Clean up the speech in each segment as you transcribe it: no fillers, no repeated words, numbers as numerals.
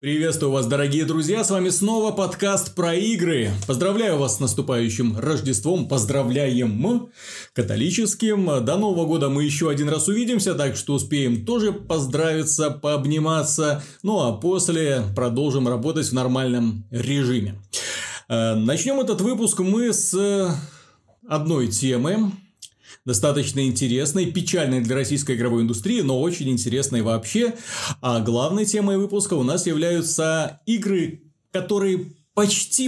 Приветствую вас, дорогие друзья, с вами снова подкаст про игры. Поздравляю вас с наступающим Рождеством, поздравляем католическим. До Нового года мы еще один раз увидимся, так что успеем тоже поздравиться, пообниматься. Ну а после продолжим работать в нормальном режиме. Начнем этот выпуск мы с одной темы. Достаточно интересной, печальной для российской игровой индустрии, но очень интересной вообще. А главной темой выпуска у нас являются игры, которые почти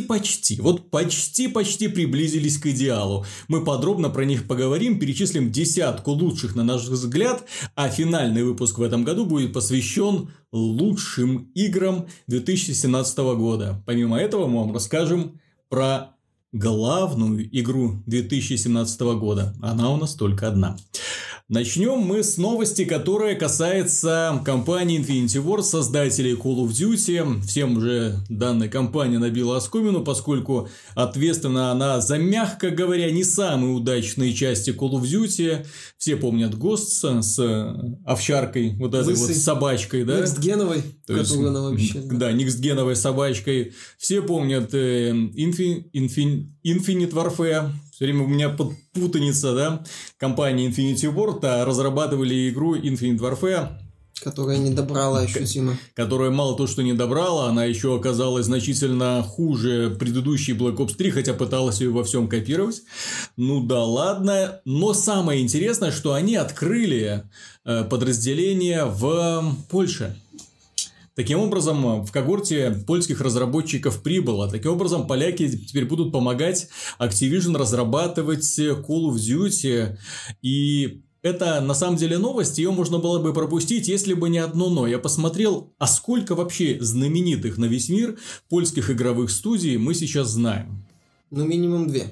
приблизились к идеалу. Мы подробно про них поговорим, перечислим десятку лучших на наш взгляд, а финальный выпуск в этом году будет посвящен лучшим играм 2017 года. Помимо этого мы вам расскажем про главную игру 2017 года. Она у нас только одна. Начнем мы с новости, которая касается компании Infinity Ward, создателей Call of Duty. Всем уже данная компания набила оскомину, поскольку ответственна она за, мягко говоря, не самые удачные части Call of Duty. Все помнят Ghosts с овчаркой, вот этой вот собачкой, да? Некстгеновой, которую она вообще... Да, некстгеновой собачкой. Все помнят Infinite Warfare. Все время у меня путаница, да? Компания Infinity Ward разрабатывали игру Infinite Warfare, которая не добрала ощутимо. Которая мало то, что не добрала, она еще оказалась значительно хуже предыдущей Black Ops 3, хотя пыталась ее во всем копировать. Ну да ладно. Но самое интересное, что они открыли подразделение в Польше. Таким образом, в когорте польских разработчиков прибыло. Таким образом, поляки теперь будут помогать Activision разрабатывать Call of Duty. И это на самом деле новость, ее можно было бы пропустить, если бы не одно но. Я посмотрел, а сколько вообще знаменитых на весь мир польских игровых студий мы сейчас знаем. Ну, минимум 2.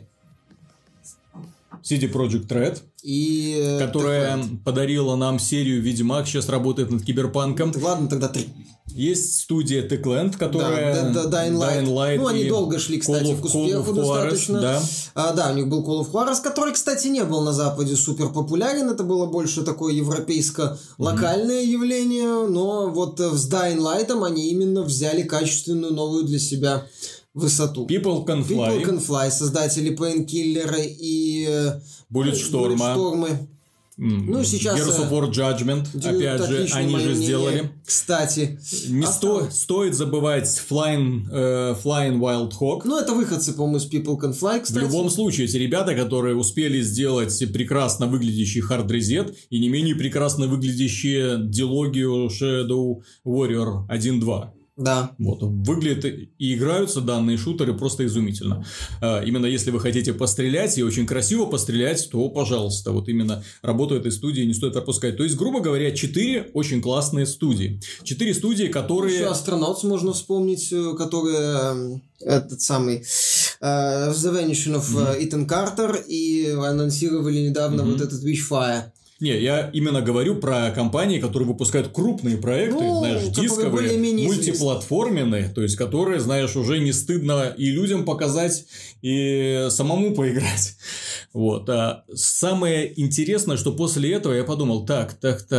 CD Projekt Red, которая подарила нам серию Ведьмак, сейчас работает над Киберпанком. Ладно, тогда 3. Есть студия Techland, которая... Dying Light. Ну, они долго шли, кстати, к успеху достаточно. Да, у них был Call of Juarez, который, кстати, не был на Западе супер популярен. Это было больше такое европейско-локальное явление. Но вот с Dying Light они именно взяли качественную новую для себя высоту. People Can Fly, создатели Painkiller и Bulletstorm. Ну, сейчас... Gears of War Judgment, опять же, они же сделали. Кстати. Не стоит забывать Flying Wild Hog. Ну, это выходцы, по-моему, из People Can Fly, кстати. В любом случае, эти ребята, которые успели сделать прекрасно выглядящий Hard Reset и не менее прекрасно выглядящие дилогию Shadow Warrior 1.2. Да. Вот, выглядят и играются данные шутеры просто изумительно. Именно если вы хотите пострелять и очень красиво пострелять, то, пожалуйста, вот именно работу этой студии не стоит пропускать. То есть, грубо говоря, 4 очень классные студии. 4 студии, которые... Еще Astronauts можно вспомнить, которые... Этот самый The Vanishing of Ethan Carter, и анонсировали недавно вот этот Witchfire. Не, я именно говорю про компании, которые выпускают крупные проекты, знаешь, дисковые, мультиплатформенные, то есть, которые, знаешь, уже не стыдно и людям показать, и самому поиграть. Вот. А самое интересное, что после этого я подумал, так,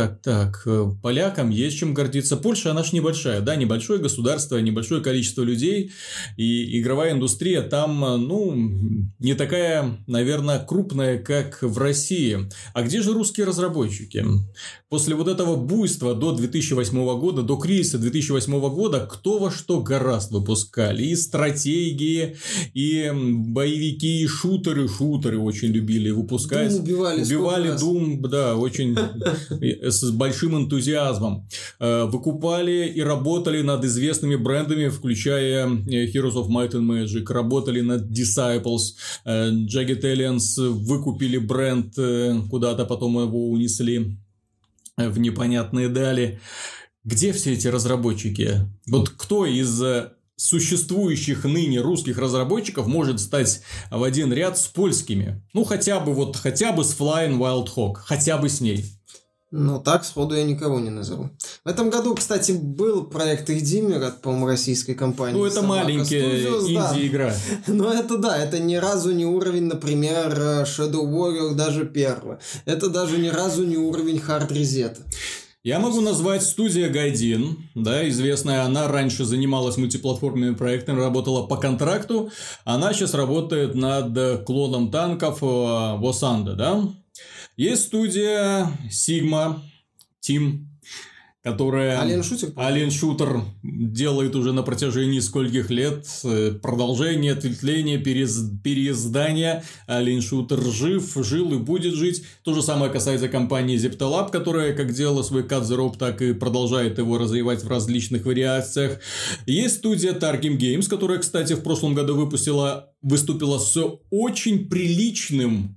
полякам есть чем гордиться. Польша, она ж небольшая, да, небольшое государство, небольшое количество людей, и игровая индустрия там, ну, не такая, наверное, крупная, как в России. А где же русские разработчики? После вот этого буйства до 2008 года, до кризиса 2008 года, кто во что гораст выпускали. И стратегии, и боевики, и шутеры очень любили выпускать. Убивали Doom, да, очень с большим энтузиазмом. Выкупали и работали над известными брендами, включая Heroes of Might and Magic, работали над Disciples, Jagged Alliance выкупили бренд, куда-то потом его унесли в непонятные дали. Где все эти разработчики? Вот кто из существующих ныне русских разработчиков может стать в один ряд с польскими? Ну, хотя бы с Flying Wild Hog, хотя бы с ней. Ну, так сходу я никого не назову. В этом году, кстати, был проект Redeemer от, по-моему, российской компании. Ну, это маленькая инди-игра. Но это да, это ни разу не уровень, например, Shadow Warrior даже первого. Это даже ни разу не уровень Hard Reset. Я могу назвать студия Гайдин, да, известная, она раньше занималась мультиплатформенными проектами, работала по контракту, она сейчас работает над клоном танков Восанда, да. Есть студия Sigma Team, которая Alien Shooter делает уже на протяжении скольких лет, продолжение, ответвление, переиздание. Alien Shooter жил и будет жить. То же самое касается компании Zeptalab, которая как делала свой Cut the Rope, так и продолжает его развивать в различных вариациях. Есть студия Tarkim Games, которая, кстати, в прошлом году выступила с очень приличным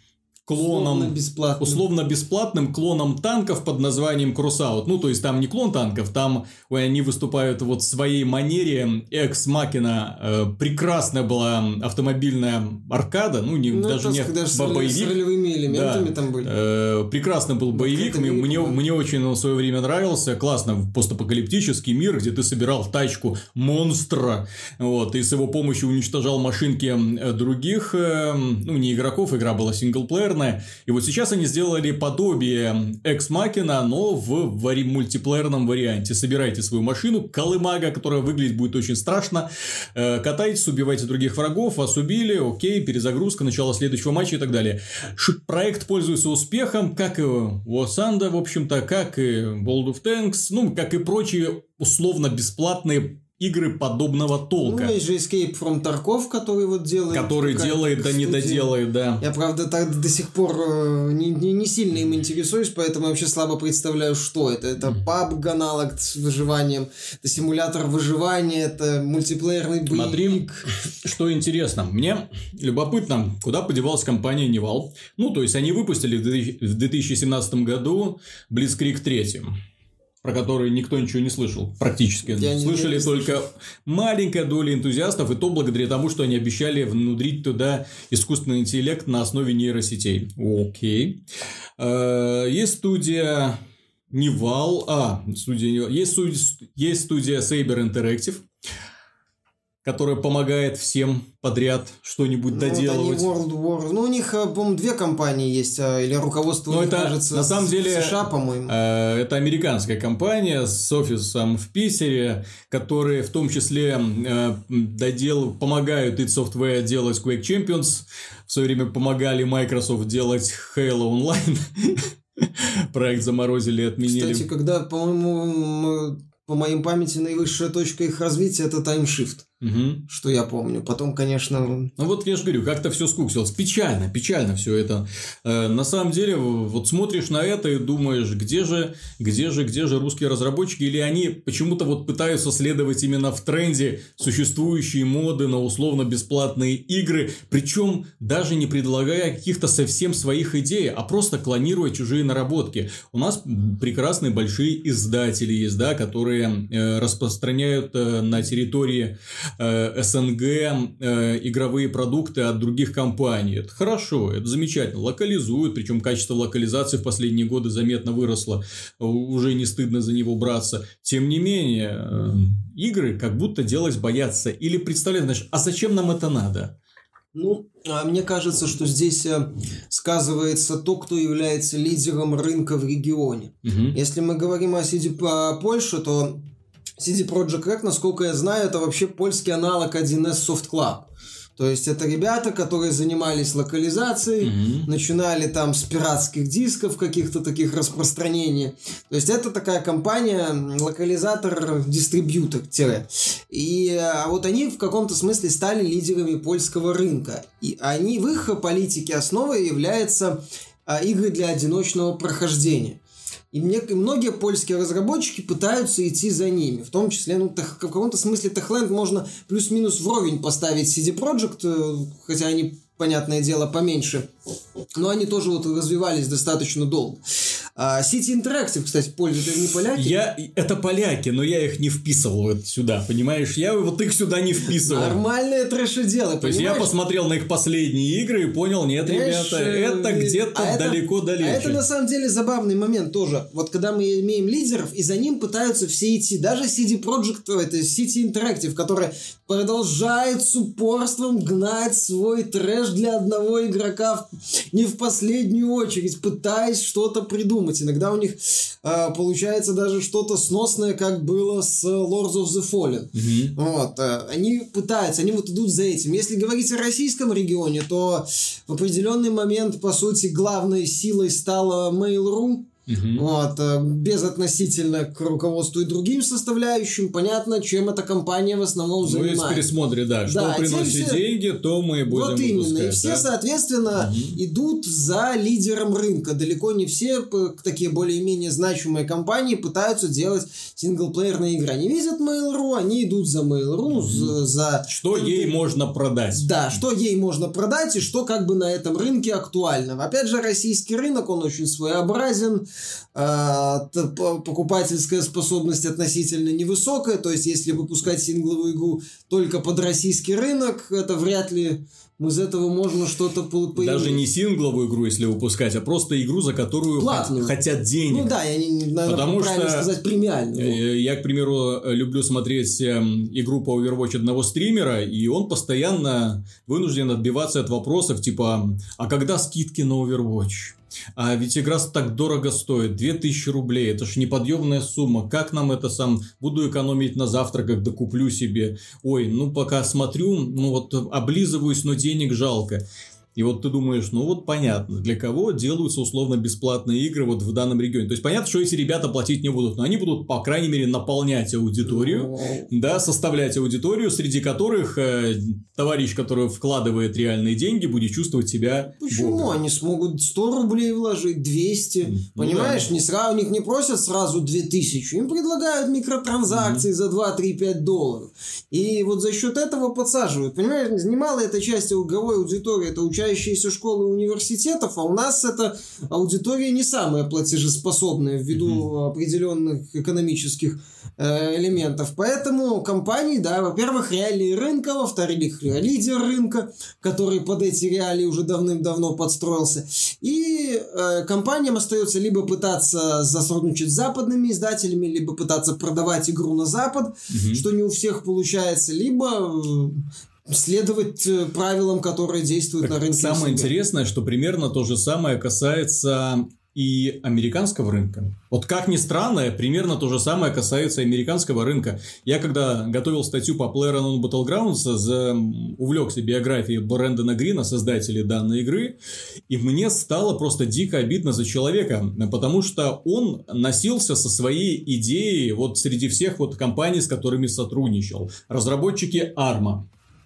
клоном, условно-бесплатным клоном танков под названием Crossout. Ну, то есть, там не клон танков, там они выступают вот в своей манере. Ex Machina прекрасная была автомобильная аркада, даже не боевик. С ролевыми элементами там были. Прекрасный был боевик, мне очень он в свое время нравился. Классно, постапокалиптический мир, где ты собирал тачку монстра, вот, и с его помощью уничтожал машинки других, не игроков, игра была синглплеерная. И вот сейчас они сделали подобие Ex Machina, но в мультиплеерном варианте. Собирайте свою машину, колымага, которая выглядит будет очень страшно, катайтесь, убивайте других врагов, вас убили, окей, перезагрузка, начало следующего матча и так далее. Проект пользуется успехом, как и Восанда, в общем-то, как и World of Tanks, как и прочие условно-бесплатные игры подобного толка. Есть же Escape from Tarkov, который вот делает... Который делает, да не доделает, да. Я, правда, так до сих пор не сильно им интересуюсь, поэтому я вообще слабо представляю, что это. Это PUBG аналог с выживанием, это симулятор выживания, это мультиплеерный боевик. Смотри, что интересно. Мне любопытно, куда подевалась компания Nival. То есть, они выпустили в 2017 году Blitzkrieg 3. Про который никто ничего не слышал, практически. Слышали только маленькая доля энтузиастов, и то благодаря тому, что они обещали внедрить туда искусственный интеллект на основе нейросетей. Окей. Есть студия Nival. Есть студия Saber Interactive, которая помогает всем подряд что-нибудь доделывать. Вот они World War. У них, по-моему, 2 компании есть, или руководство, это, кажется, на самом деле, в США, по-моему. Это американская компания с офисом в Питере, которые в том числе помогают id Software делать Quake Champions. В свое время помогали Microsoft делать Halo Online. Проект заморозили и отменили. Кстати, когда, по-моему, по моей памяти, наивысшая точка их развития – это Time Shift. Что я помню. Потом, конечно... вот я же говорю, как-то все скуксилось. Печально все это. На самом деле, вот смотришь на это и думаешь, где же русские разработчики, или они почему-то вот пытаются следовать именно в тренде существующие моды на условно-бесплатные игры, причем даже не предлагая каких-то совсем своих идей, а просто клонируя чужие наработки. У нас прекрасные большие издатели есть, да, которые распространяют на территории СНГ игровые продукты от других компаний. Это хорошо, это замечательно. Локализуют, причем качество локализации в последние годы заметно выросло. Уже не стыдно за него браться. Тем не менее, игры как будто делать боятся. Или представляют, знаешь, а зачем нам это надо? Мне кажется, что здесь сказывается то, кто является лидером рынка в регионе. Если мы говорим о CD Польше, то CD Projekt Red, насколько я знаю, это вообще польский аналог 1С Soft Club. То есть, это ребята, которые занимались локализацией, начинали там с пиратских дисков, каких-то таких распространений. То есть, это такая компания, локализатор, дистрибьютор. А вот они в каком-то смысле стали лидерами польского рынка. И в их политике основой являются игры для одиночного прохождения. И многие польские разработчики пытаются идти за ними. В том числе, в каком-то смысле Techland можно плюс-минус вровень поставить CD Projekt, хотя они, понятное дело, поменьше. Но они тоже вот развивались достаточно долго. City Interactive, кстати, пользуются, это не поляки? Это поляки, но я их не вписывал вот сюда, понимаешь? Я вот их сюда не вписывал. Нормальное трэш-дело, понимаешь? То есть, я посмотрел на их последние игры и понял, нет, ребята, это где-то далеко-далеко. А это на самом деле забавный момент тоже. Вот когда мы имеем лидеров, и за ним пытаются все идти. Даже CD Projekt, это City Interactive, которая продолжает с упорством гнать свой трэш для одного игрока не в последнюю очередь, пытаясь что-то придумать. подумать. Иногда у них получается даже что-то сносное, как было с Lords of the Fallen. Вот. Они пытаются, они вот идут за этим. Если говорить о российском регионе, то в определенный момент, по сути, главной силой стала Mail.ru. Вот, безотносительно к руководству и другим составляющим, понятно, чем эта компания в основном занимается. Ну, если пересмотре, да, что приносит деньги, то мы будем вот именно, выпускать, и все, соответственно, идут за лидером рынка. Далеко не все такие более-менее значимые компании пытаются делать синглплеерные игры. Они видят Mail.ru, они идут за Mail.ru, за... Что ей можно продать. Да, что ей можно продать и что как бы на этом рынке актуально. Опять же, российский рынок, он очень своеобразен. Покупательская способность относительно невысокая, то есть если выпускать сингловую игру только под российский рынок, это вряд ли из этого можно что-то поиметь. Даже не сингловую игру, если выпускать, а просто игру, за которую хотят денег. Ну да, наверное, правильно сказать, премиальную. Я, к примеру, люблю смотреть игру по Overwatch одного стримера, и он постоянно вынужден отбиваться от вопросов типа, а когда скидки на Overwatch? А ведь игра так дорого стоит, 2000 рублей, это ж неподъемная сумма, как нам это буду экономить на завтраках, да куплю себе, ой, ну пока смотрю, ну вот облизываюсь, но денег жалко. И вот ты думаешь, ну вот понятно, для кого делаются условно бесплатные игры вот в данном регионе. То есть понятно, что эти ребята платить не будут, но они будут, по крайней мере, наполнять аудиторию, да, составлять аудиторию, среди которых товарищ, который вкладывает реальные деньги, будет чувствовать себя Почему? Богом. Они смогут 100 рублей вложить, 200, понимаешь? Да. У них не просят сразу 2000, им предлагают микротранзакции за 2, 3, 5 долларов. И вот за счет этого подсаживают. Понимаешь, немалая эта часть игровой аудитории, это учащиеся школы и университетов, а у нас эта аудитория не самая платежеспособная ввиду определенных экономических элементов. Поэтому компании, да, во-первых, реалии рынка, во-вторых, лидер рынка, который под эти реалии уже давным-давно подстроился. И компаниям остается либо пытаться сотрудничать с западными издателями, либо пытаться продавать игру на Запад, что не у всех получается, либо следовать правилам, которые действуют на рынке. Самое интересное, что примерно то же самое касается и американского рынка. Вот как ни странно, примерно то же самое касается американского рынка. Я когда готовил статью по PlayerUnknown's Battlegrounds, увлекся биографией Брэндона Грина, создателя данной игры, и мне стало просто дико обидно за человека, потому что он носился со своей идеей вот среди всех вот компаний, с которыми сотрудничал. Разработчики Arma.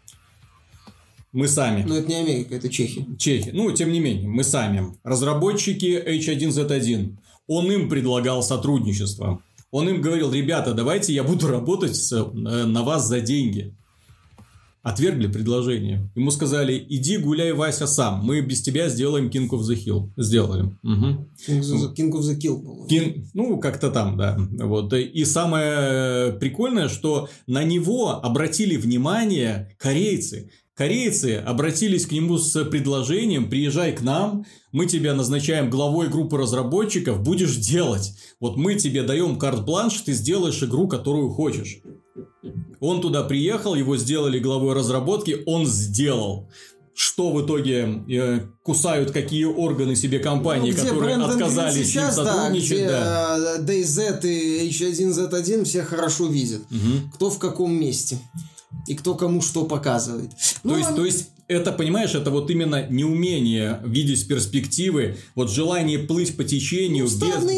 Мы сами. Но это не Америка, это Чехия. Чехия. Ну, тем не менее, мы сами. Разработчики H1Z1. Он им предлагал сотрудничество. Он им говорил, ребята, давайте я буду работать на вас за деньги. Отвергли предложение. Ему сказали, иди гуляй, Вася, сам. Мы без тебя сделаем King of the Hill. Сделали. King of the Kill, по-моему. Ну, как-то там, да. Вот. И самое прикольное, что на него обратили внимание корейцы. Корейцы обратились к нему с предложением: приезжай к нам, мы тебя назначаем главой группы разработчиков, будешь делать. Вот мы тебе даем карт-бланш, ты сделаешь игру, которую хочешь. Он туда приехал, его сделали главой разработки, он сделал. Что в итоге кусают какие органы себе компании, которые отказались с ним сотрудничать. Да, где DayZ и H1Z1 все хорошо видят. Кто в каком месте. И кто кому что показывает. То есть, это, понимаешь, это вот именно неумение видеть перспективы, вот желание плыть по течению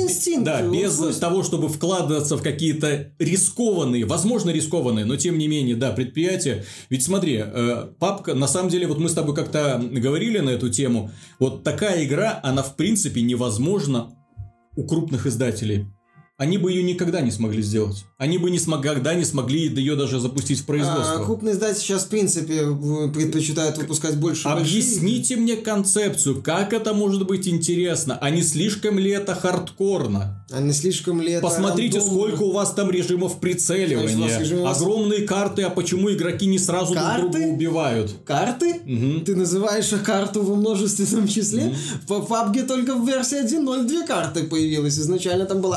без того, чтобы вкладываться в какие-то рискованные, возможно рискованные, но тем не менее, да, предприятия. Ведь смотри, папка, на самом деле, вот мы с тобой как-то говорили на эту тему, вот такая игра, она в принципе невозможна у крупных издателей. Они бы ее никогда не смогли сделать. Они бы никогда не смогли ее даже запустить в производство. Крупные издатели сейчас, в принципе, предпочитают выпускать больше. Объясните мне концепцию, как это может быть интересно, а не слишком ли это хардкорно? А не слишком ли это Посмотрите, сколько у вас там режимов прицеливания. Огромные карты, а почему игроки не сразу друг друга убивают? Карты? Ты называешь карту во множественном числе? В PUBG только в версии 1.0 2 карты появилась. Изначально там была одна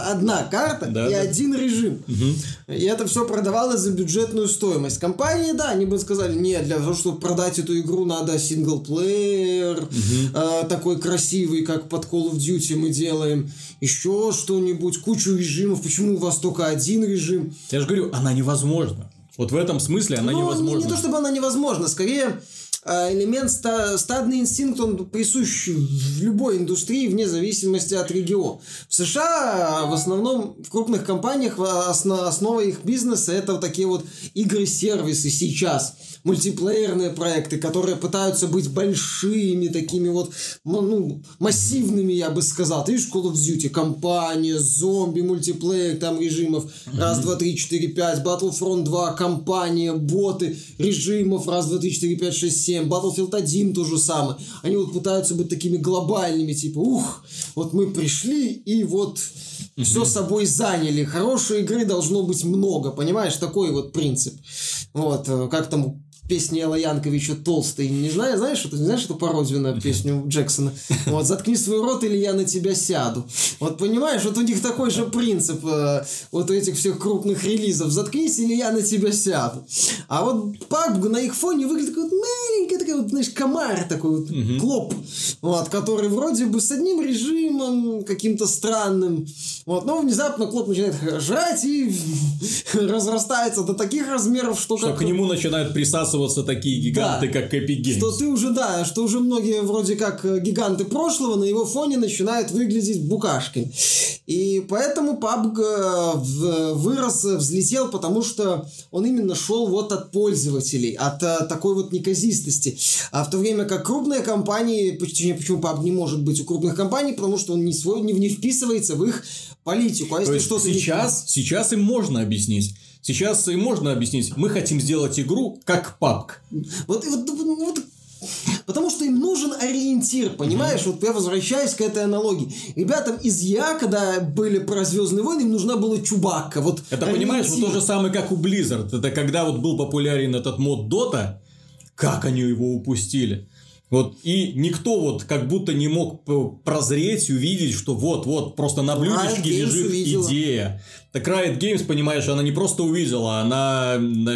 карта и один режим. И это все продавалось за бюджетную стоимость. Компании, да, они бы сказали, нет, для того, чтобы продать эту игру, надо синглплеер, такой красивый, как под Call of Duty мы делаем, еще что-нибудь, кучу режимов. Почему у вас только один режим? Я же говорю, она невозможна. Вот в этом смысле она невозможна. Не то, чтобы она невозможна, скорее... элемент стадный инстинкт, он присущ в любой индустрии вне зависимости от региона. В США в основном в крупных компаниях основа их бизнеса это вот такие вот игры-сервисы сейчас. Мультиплеерные проекты, которые пытаются быть большими, такими вот массивными, я бы сказал. Ты видишь, Call of Duty, компания, зомби, мультиплеер, там режимов 1, 2, 3, 4, 5, Battlefront 2, компания, боты, режимов 1, 2, 3, 4, 5, 6, 7, Battlefield 1 то же самое. Они вот пытаются быть такими глобальными, типа, вот мы пришли и вот все собой заняли. Хорошей игры должно быть много, понимаешь? Такой вот принцип. Вот, как там песни Элла Янковича «Толстый». Не знаешь эту пародию на песню Джексона? Вот, «Заткни свой рот, или я на тебя сяду». Вот, понимаешь, вот у них такой же принцип вот у этих всех крупных релизов. «Заткнись, или я на тебя сяду». А вот PUBG на их фоне выглядит как вот маленький такой вот, знаешь, комар такой вот, клоп, вот, который вроде бы с одним режимом каким-то странным, вот, но внезапно клоп начинает жрать и разрастается до таких размеров, что к нему начинают присасываться такие гиганты, как Epic Games. Что уже многие вроде как гиганты прошлого на его фоне начинают выглядеть букашками. И поэтому PUBG взлетел, потому что он именно шел вот от пользователей, от такой вот неказистости. А в то время как крупные компании, почему PUBG не может быть у крупных компаний, потому что он не вписывается в их политику. А если что-то сейчас им можно объяснить. Сейчас им можно объяснить, мы хотим сделать игру как PUBG. Вот, потому что им нужен ориентир, понимаешь? Вот я возвращаюсь к этой аналогии. Ребятам из ЯА, когда были про «Звездные войны», им нужна была Чубакка. Вот это, понимаешь, вот то же самое, как у Blizzard. Это когда вот был популярен этот мод Dota, как они его упустили. Вот, и никто вот как будто не мог прозреть, увидеть, что вот просто на блюдечке лежит идея. Так Riot Games, понимаешь, она не просто увидела, она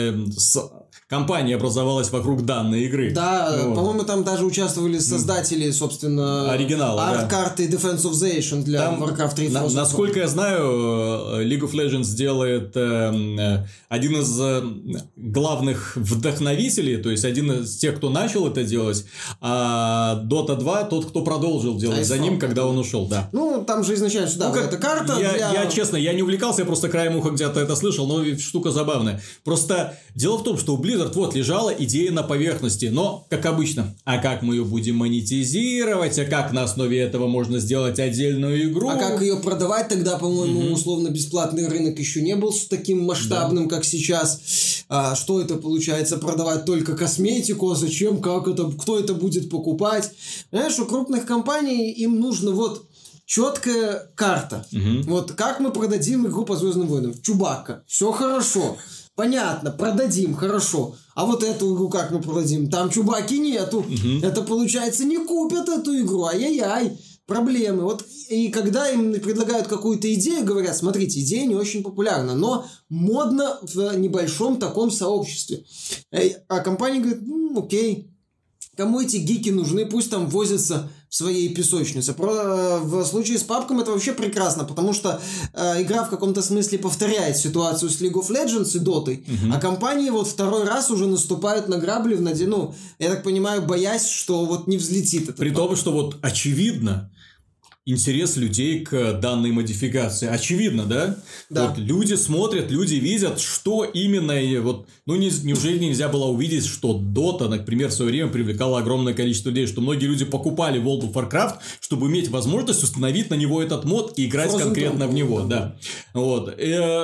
компания образовалась вокруг данной игры. Да, вот. По-моему, там даже участвовали создатели, собственно, оригинала, арт-карты Defense of the Nation для там, Warcraft 3. Насколько я знаю, League of Legends делает один из главных вдохновителей, то есть один из тех, кто начал это делать, а Dota 2 тот, кто продолжил делать за ним, когда он ушел, да. Ну, там же изначально сюда эта карта. Я честно, я не увлекался, я просто краем уха где-то это слышал, но штука забавная. Просто дело в том, что у Blizzard вот лежала идея на поверхности, но, как обычно, а как мы ее будем монетизировать, а как на основе этого можно сделать отдельную игру? А как ее продавать тогда, по-моему, условно-бесплатный рынок еще не был таким масштабным, как сейчас. А что это получается? Продавать только косметику? А зачем? Как это? Кто это будет покупать? Знаешь, у крупных компаний им нужно вот четкая карта. Вот как мы продадим игру по «Звездным войнам»? Чубакка. Все хорошо. Понятно, продадим, хорошо. А вот эту игру как мы продадим? Там Чубаки нету. Это, получается, не купят эту игру. Ай-яй-яй. Проблемы. Вот и когда им предлагают какую-то идею, говорят, смотрите, идея не очень популярна, но модно в небольшом таком сообществе. А компания говорит, окей. Кому эти гики нужны, пусть там возятся в своей песочнице. В случае с PUBG это вообще прекрасно, потому что игра в каком-то смысле повторяет ситуацию с League of Legends и Dota, а компании вот второй раз уже наступают на грабли, я так понимаю, боясь, что вот не взлетит. При том, что вот очевидно, интерес людей к данной модификации. Очевидно, да? Да. Вот люди смотрят, люди видят, что именно... неужели нельзя было увидеть, что Dota, например, в свое время привлекала огромное количество людей, что многие люди покупали World of Warcraft, чтобы иметь возможность установить на него этот мод и играть конкретно в него. Да. Вот.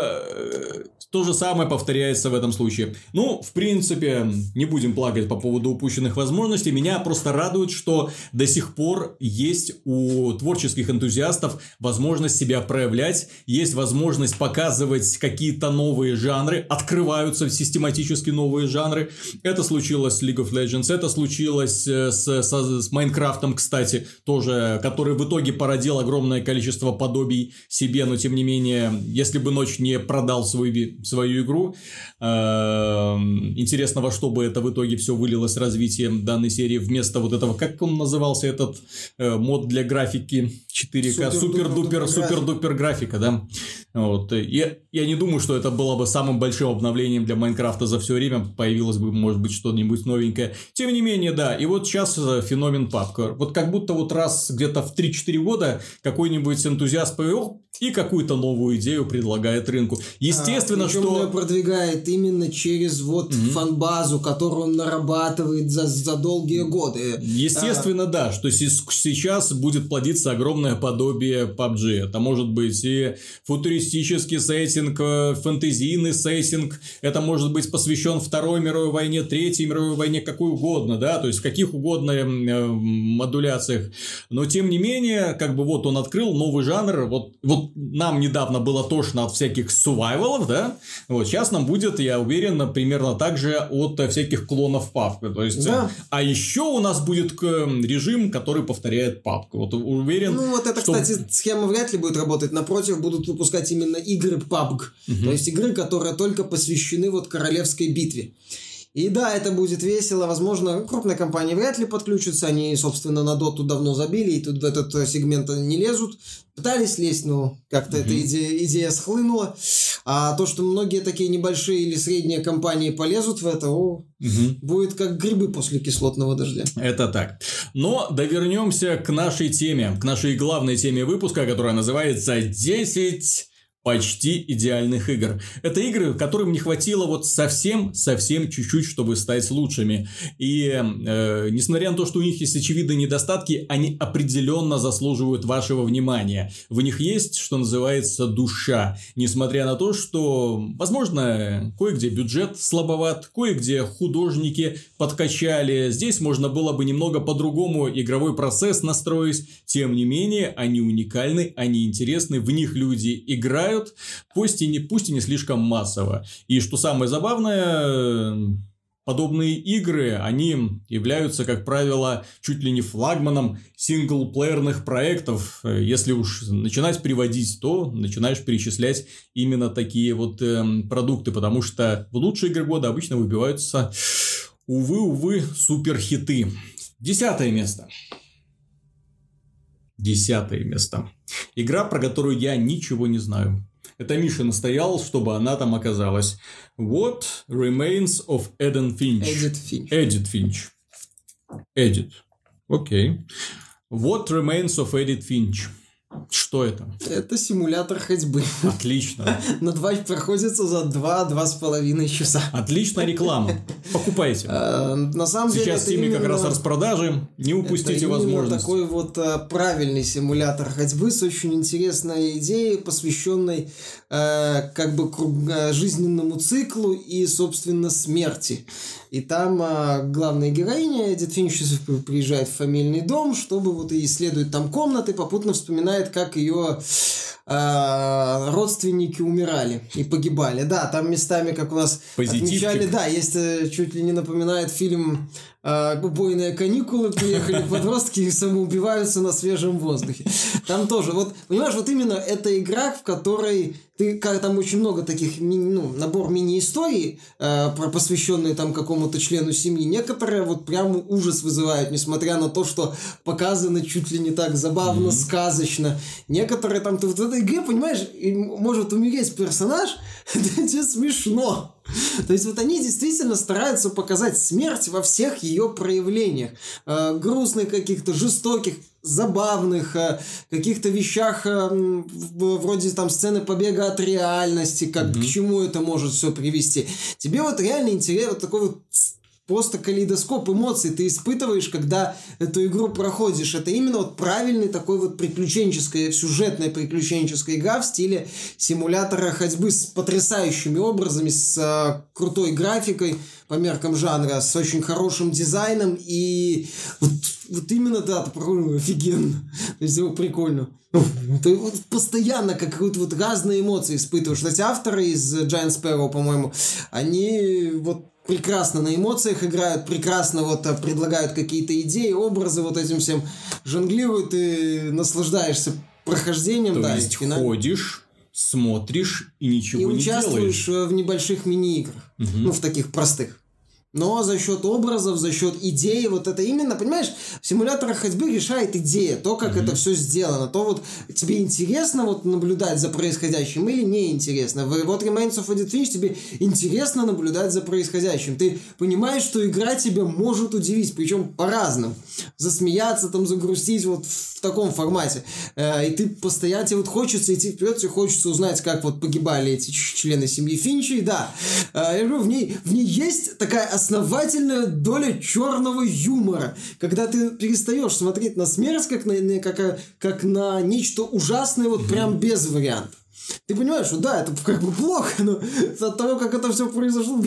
То же самое повторяется в этом случае. В принципе, не будем плакать по поводу упущенных возможностей. Меня просто радует, что до сих пор есть у творческих творческих энтузиастов возможность себя проявлять, есть возможность показывать какие-то новые жанры, открываются систематически новые жанры. Это случилось с League of Legends, это случилось с Майнкрафтом, кстати, тоже, который в итоге породил огромное количество подобий себе, но тем не менее, если бы Ночь не продал свою игру, интересно, во что бы это в итоге все вылилось развитием данной серии вместо вот этого, как он назывался, этот мод для графики 4К, супер-дупер графика, да. Вот. Я не думаю, что это было бы самым большим обновлением для Майнкрафта за все время, появилось бы, может быть, что-нибудь новенькое. Тем не менее, да, и вот сейчас феномен PUBG. Вот как будто вот раз где-то в 3-4 года какой-нибудь энтузиаст повел и какую-то новую идею предлагает рынку. Естественно, что... он продвигает именно через вот фан-базу, которую он нарабатывает за долгие годы. Естественно, да, что сейчас будет плодиться огромное подобие PUBG. Это может быть и футуристический сеттинг, фэнтезийный сеттинг. Это может быть посвящен Второй мировой войне, Третьей мировой войне, какой угодно, да, то есть в каких угодно модуляциях. Но тем не менее, как бы вот он открыл новый жанр. Вот нам недавно было тошно от всяких сурвайвалов, да, вот сейчас нам будет, я уверен, примерно так же от всяких клонов PUBG. То есть, да. А еще у нас будет режим, который повторяет PUBG. Вот уверен. Ну вот это, кстати, схема вряд ли будет работать. Напротив, будут выпускать именно игры PUBG. То есть игры, которые только посвящены вот королевской битве. И да, это будет весело. Возможно, крупные компании вряд ли подключатся. Они, собственно, на доту давно забили, и тут в этот сегмент не лезут. Пытались лезть, но как-то эта идея схлынула. А то, что многие такие небольшие или средние компании полезут в это, будет как грибы после кислотного дождя. Это так. Но довернемся к нашей теме, к нашей главной теме выпуска, которая называется «10 почти идеальных игр». Это игры, которым не хватило вот совсем чуть-чуть, чтобы стать лучшими. И несмотря на то, что у них есть очевидные недостатки, они определенно заслуживают вашего внимания. В них есть, что называется, душа. Несмотря на то, что, возможно, кое-где бюджет слабоват, кое-где художники подкачали. Здесь можно было бы немного по-другому игровой процесс настроить. Тем не менее, они уникальны, они интересны, в них люди играют. Пусть и не слишком массово. И что самое забавное, подобные игры, они являются, как правило, чуть ли не флагманом синглплеерных проектов. Если уж начинать приводить, то начинаешь перечислять именно такие вот продукты, потому что в лучшие игры года обычно выбиваются, увы, суперхиты. 10 место. 10 место. Игра, про которую я ничего не знаю. Это Миша настоял, чтобы она там оказалась. What Remains of Edith Finch. Edith Finch. Окей. What Remains of Edith Finch. Что это? Это симулятор ходьбы. Отлично. На 2 проходится за 2-2,5 часа. Отличная реклама. Покупайте. На самом деле, сейчас в Steam как раз распродажи. Не упустите возможность. Это такой вот правильный симулятор ходьбы с очень интересной идеей, посвященной как бы жизненному циклу и, собственно, смерти. И там главная героиня Эдит Финч приезжает в фамильный дом, чтобы вот и исследует там комнаты, попутно вспоминает, как ее родственники умирали и погибали. Да, там местами, как у нас отмечали, да, есть чуть ли не напоминает фильм «Убойные каникулы», приехали подростки и самоубиваются на свежем воздухе. Там тоже, вот, понимаешь, вот именно эта игра, в которой там очень много таких, набор мини-историй, посвященные там какому-то члену семьи. Некоторые вот прям ужас вызывают, несмотря на то, что показано чуть ли не так забавно, сказочно. Некоторые там, ты в этой игре, понимаешь, может умереть персонаж, это тебе смешно. То есть вот они действительно стараются показать смерть во всех ее проявлениях. Грустных каких-то, жестоких, забавных, каких-то вещах вроде там сцены побега от реальности, как к чему это может все привести. Тебе вот реально интересно, вот такой вот просто калейдоскоп эмоций ты испытываешь, когда эту игру проходишь. Это именно вот правильный такой вот сюжетная приключенческая игра в стиле симулятора ходьбы с потрясающими образами, с крутой графикой по меркам жанра, с очень хорошим дизайном, и вот именно, да, это офигенно. То есть его прикольно. Ты вот постоянно какие-то вот разные эмоции испытываешь. Эти авторы из Giant Sparrow, по-моему, они вот прекрасно на эмоциях играют, прекрасно вот предлагают какие-то идеи, образы, вот этим всем жонглируют, и наслаждаешься прохождением. То есть ходишь, смотришь и ничего не делаешь. И участвуешь в небольших мини-играх, ну, в таких простых. Но за счет образов, за счет идеи, вот это именно, понимаешь, в симуляторах ходьбы решает идея, то, как это все сделано, то вот тебе интересно вот наблюдать за происходящим или неинтересно. Вот Remains of Edith Finch тебе интересно наблюдать за происходящим. Ты понимаешь, что игра тебя может удивить, причем по-разному. Засмеяться, там, загрустить вот в таком формате. И ты постоянно, тебе вот хочется идти вперед, тебе хочется узнать, как вот погибали эти члены семьи Финча, и да, я говорю, в ней есть такая основательная доля черного юмора, когда ты перестаешь смотреть на смерть как на нечто ужасное, вот прям без вариантов. Ты понимаешь, что да, это как бы плохо, но от того, как это все произошло...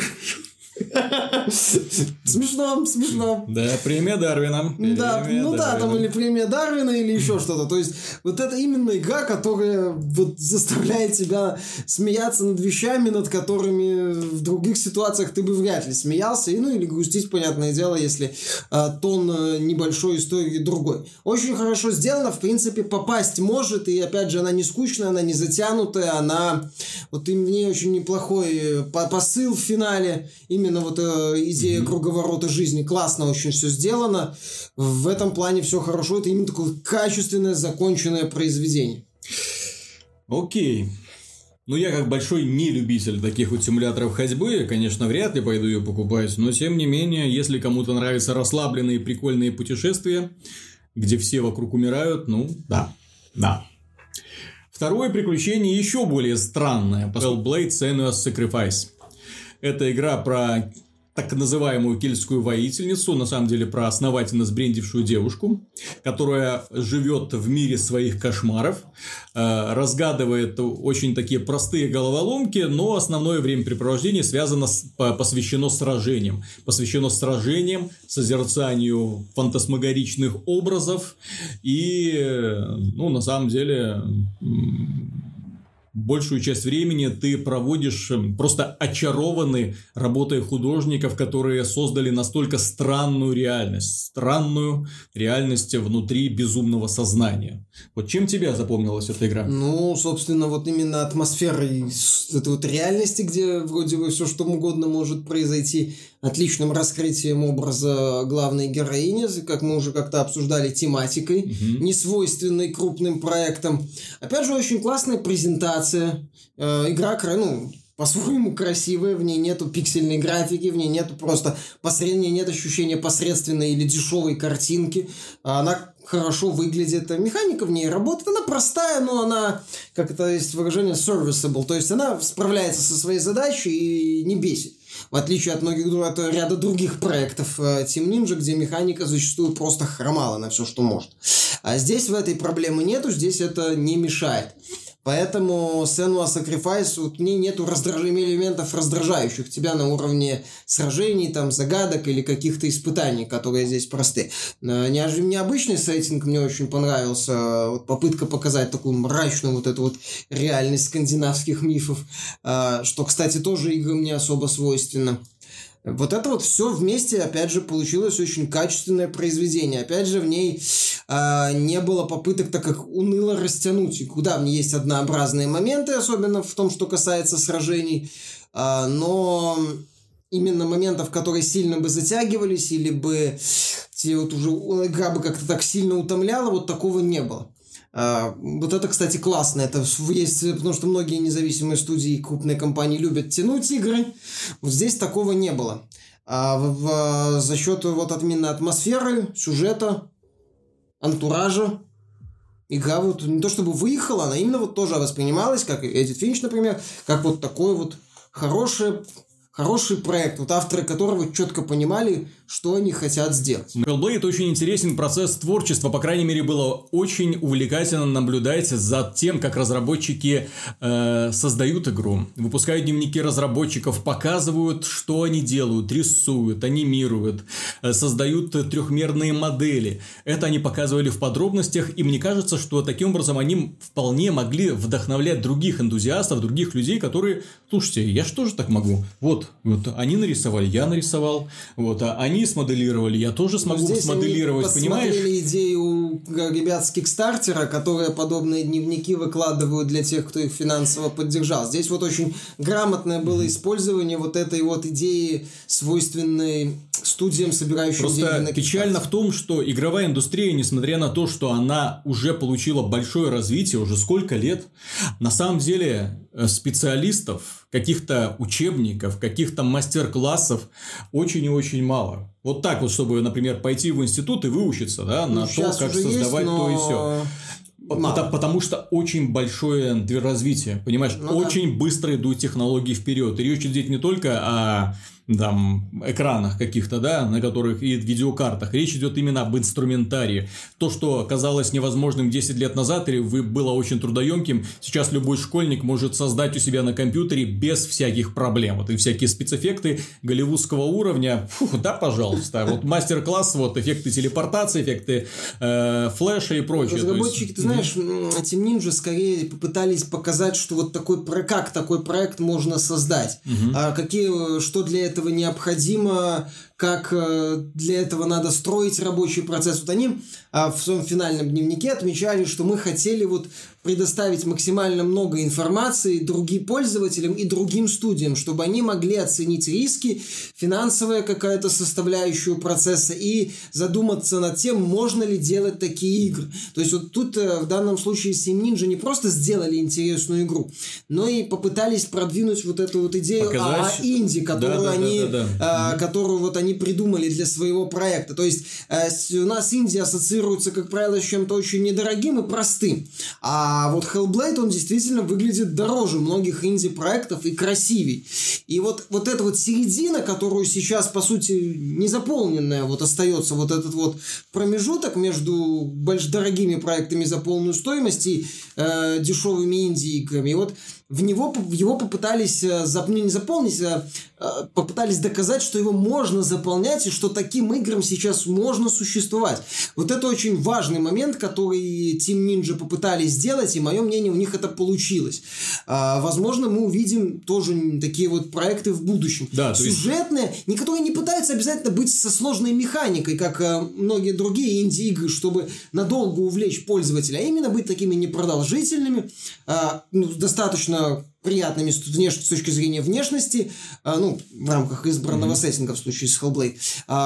Смешно. Да, премия Дарвина. Там или премия Дарвина, или еще что-то. То есть, вот это именно игра, которая вот заставляет тебя смеяться над вещами, над которыми в других ситуациях ты бы вряд ли смеялся. И, или грустить, понятное дело, если тон небольшой истории другой. Очень хорошо сделано, в принципе, попасть может, и опять же, она не скучная, она не затянутая, она вот в ней очень неплохой посыл в финале. Именно вот идея круговорота жизни. Классно очень все сделано. В этом плане все хорошо. Это именно такое качественное, законченное произведение. Окей. Я как большой нелюбитель таких вот симуляторов ходьбы, конечно, вряд ли пойду ее покупать. Но, тем не менее, если кому-то нравятся расслабленные прикольные путешествия, где все вокруг умирают, да. Второе приключение еще более странное. Hellblade: Senua's Sacrifice. Это игра про так называемую кельтскую воительницу, на самом деле про основательно сбрендившую девушку, которая живет в мире своих кошмаров, разгадывает очень такие простые головоломки, но основное времяпрепровождение посвящено сражениям. Посвящено сражениям, созерцанию фантасмагоричных образов и, на самом деле... Большую часть времени ты проводишь просто очарованный работой художников, которые создали настолько странную реальность внутри безумного сознания. Вот чем тебе запомнилась эта игра? Собственно, вот именно атмосферой этой вот реальности, где вроде бы все что угодно может произойти, отличным раскрытием образа главной героини, как мы уже как-то обсуждали, тематикой, несвойственной крупным проектам. Опять же, очень классная презентация. Игра, по-своему красивая, в ней нету пиксельной графики, в ней нету нет ощущения посредственной или дешевой картинки. Она хорошо выглядит, механика в ней работает, она простая, но она, как это есть выражение, serviceable, то есть она справляется со своей задачей и не бесит. В отличие от ряда других проектов Team Ninja, где механика зачастую просто хромала на все, что может. А здесь в этой проблемы нету, здесь это не мешает. Поэтому Senua's Sacrifice, в ней нету элементов, раздражающих тебя на уровне сражений, загадок или каких-то испытаний, которые здесь просты. Необычный сеттинг мне очень понравился. Вот попытка показать такую мрачную вот эту вот реальность скандинавских мифов, что, кстати, тоже играм не особо свойственно. Вот это вот все вместе, опять же, получилось очень качественное произведение. Опять же, в ней не было попыток так как уныло растянуть. Куда в ней есть однообразные моменты, особенно в том, что касается сражений. Но именно моментов, которые сильно бы затягивались, или бы игра бы как-то так сильно утомляла, вот такого не было. Вот это, кстати, классно. Это есть, потому что многие независимые студии и крупные компании любят тянуть игры. Вот здесь такого не было. За счет именно атмосферы, сюжета, антуража, игра не то чтобы выехала, она именно тоже воспринималась, как Эдит Финч, например, как такое хорошее, хороший проект, вот авторы которого четко понимали, что они хотят сделать. Hellblade очень интересен процесс творчества, по крайней мере, было очень увлекательно наблюдать за тем, как разработчики создают игру, выпускают дневники разработчиков, показывают, что они делают, рисуют, анимируют, создают трехмерные модели. Это они показывали в подробностях, и мне кажется, что таким образом они вполне могли вдохновлять других энтузиастов, других людей, которые, слушайте, я же тоже так могу. Вот они нарисовали, я нарисовал, они смоделировали, я тоже смогу смоделировать, понимаешь? Здесь они посмотрели идею ребят с Кикстартера, которые подобные дневники выкладывают для тех, кто их финансово поддержал. Здесь вот очень грамотное было использование вот этой вот идеи, свойственной студиям, собирающим деньги на Kickstarter. Просто печально в том, что игровая индустрия, несмотря на то, что она уже получила большое развитие, уже сколько лет, на самом деле специалистов, каких-то учебников, каких-то мастер-классов очень и очень мало. Вот так вот, чтобы, например, пойти в институт и выучиться, да, на то, как создавать то и сё. Потому что очень большое развитие, понимаешь, очень быстро идут технологии вперед. И речь идет не только о экранах каких-то, да, на которых и видеокартах. Речь идет именно об инструментарии. То, что казалось невозможным 10 лет назад и было очень трудоемким, сейчас любой школьник может создать у себя на компьютере без всяких проблем. Вот и всякие спецэффекты голливудского уровня, да, пожалуйста. Вот мастер-класс, вот эффекты телепортации, эффекты флеша и прочее. Разработчики, ты знаешь, Team Ninja скорее попытались показать, что вот такой проект можно создать. Что для этого необходимо, как для этого надо строить рабочий процесс. Вот они в своем финальном дневнике отмечали, что мы хотели вот предоставить максимально много информации другим пользователям и другим студиям, чтобы они могли оценить риски, финансовая какая-то составляющую процесса и задуматься над тем, можно ли делать такие игры. То есть вот тут в данном случае Team Ninja не просто сделали интересную игру, но и попытались продвинуть вот эту вот идею инди, которую вот они придумали для своего проекта. То есть у нас инди ассоциируется, как правило, с чем-то очень недорогим и простым. А вот Hellblade, он действительно выглядит дороже многих инди-проектов и красивей. И вот эта вот середина, которую сейчас, по сути, незаполненная вот остается, вот этот вот промежуток между дорогими проектами за полную стоимость и дешевыми инди-играми. И вот его попытались не заполнить, попытались доказать, что его можно заполнять и что таким играм сейчас можно существовать. Вот это очень важный момент, который Team Ninja попытались сделать, и, мое мнение, у них это получилось. Возможно, мы увидим тоже такие вот проекты в будущем. Да, сюжетные, которые не пытаются обязательно быть со сложной механикой, как многие другие инди-игры, чтобы надолго увлечь пользователя, а именно быть такими непродолжительными, достаточно приятными с точки зрения внешности, в рамках избранного сеттинга в случае с Hellblade,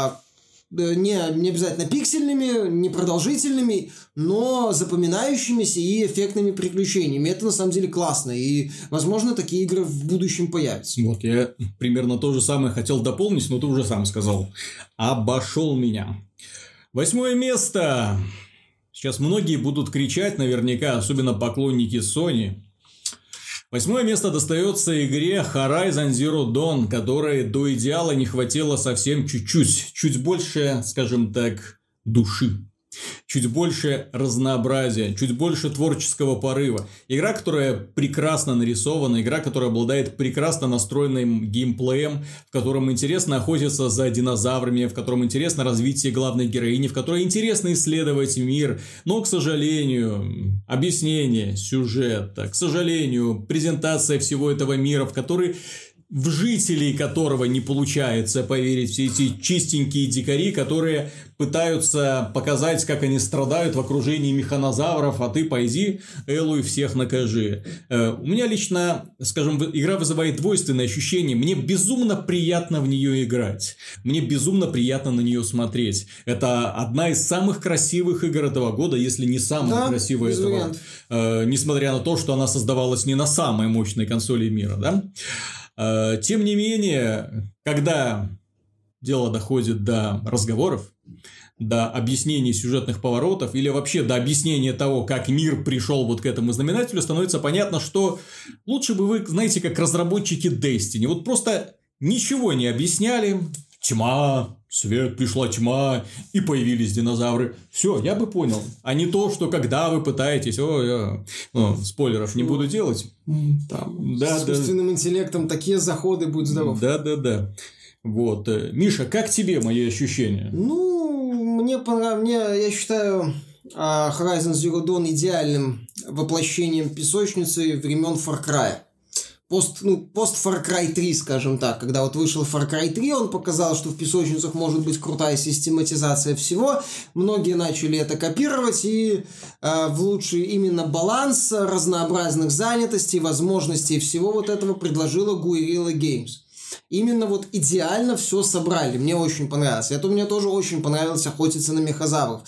не обязательно пиксельными, непродолжительными, но запоминающимися и эффектными приключениями. Это на самом деле классно, и, возможно, такие игры в будущем появятся. Вот, я примерно то же самое хотел дополнить, но ты уже сам сказал. Обошел меня. 8 место. Сейчас многие будут кричать наверняка, особенно поклонники Sony. 8 место достается игре Horizon Zero Dawn, которой до идеала не хватило совсем чуть-чуть. Чуть больше, скажем так, души. Чуть больше разнообразия, чуть больше творческого порыва. Игра, которая прекрасно нарисована, игра, которая обладает прекрасно настроенным геймплеем, в котором интересно охотиться за динозаврами, в котором интересно развитие главной героини, в которой интересно исследовать мир. Но, к сожалению, объяснение сюжета, к сожалению, презентация всего этого мира, в жителей которого не получается поверить, все эти чистенькие дикари, которые пытаются показать, как они страдают в окружении механозавров, а ты пойди, Эллу, и всех накажи. У меня лично, скажем, игра вызывает двойственное ощущение. Мне безумно приятно в нее играть. Мне безумно приятно на нее смотреть. Это одна из самых красивых игр этого года, если не самая красивая этого. Несмотря на то, что она создавалась не на самой мощной консоли мира, да? Тем не менее, когда дело доходит до разговоров, до объяснений сюжетных поворотов или вообще до объяснения того, как мир пришел вот к этому знаменателю, становится понятно, что лучше бы вы, знаете, как разработчики Destiny, вот просто ничего не объясняли. Тьма, свет, пришла тьма, и появились динозавры. Все, я бы понял. А не то, что когда вы пытаетесь... спойлеров не буду делать. Там, с искусственным интеллектом такие заходы, будь здоров. Да. Вот. Миша, как тебе мои ощущения? Мне понравилось. Я считаю Horizon Zero Dawn идеальным воплощением песочницы времен Far Cry. Пост Far Cry 3, скажем так. Когда вот вышел Far Cry 3, он показал, что в песочницах может быть крутая систематизация всего. Многие начали это копировать, и в лучший именно баланс разнообразных занятостей, возможностей всего вот этого предложила Guerrilla Games. Именно вот идеально все собрали. Мне очень понравилось. Мне тоже очень понравилось охотиться на мехозавров.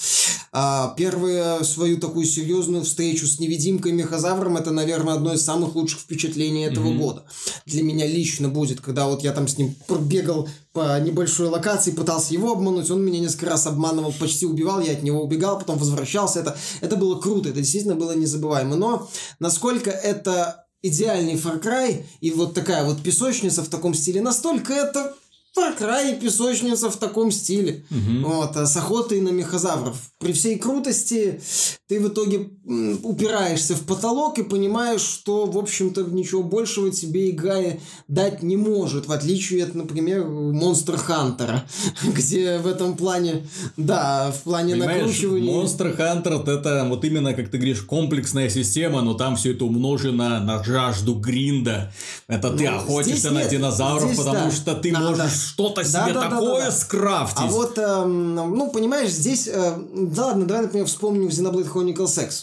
Первую свою такую серьезную встречу с невидимкой-мехозавром, это, наверное, одно из самых лучших впечатлений этого года. Для меня лично будет, когда вот я там с ним бегал по небольшой локации, пытался его обмануть, он меня несколько раз обманывал, почти убивал, я от него убегал, потом возвращался. Это было круто, это действительно было незабываемо. Но насколько это идеальный Far Cry и вот такая вот песочница в таком стиле, настолько это Far Cry и песочница в таком стиле. Вот, с охотой на мехозавров. При всей крутости ты в итоге упираешься в потолок и понимаешь, что, в общем-то, ничего большего тебе игра дать не может, в отличие от, например, Monster Hunter, где в этом плане, в плане накручивания... Monster Hunter это вот именно, как ты говоришь, комплексная система, но там все это умножено на жажду гринда. Это ты охотишься на динозавров, потому что ты можешь что-то себе такое скрафтить. А вот, понимаешь, здесь... ладно, давай, например, вспомним Xenoblade Chronicles X.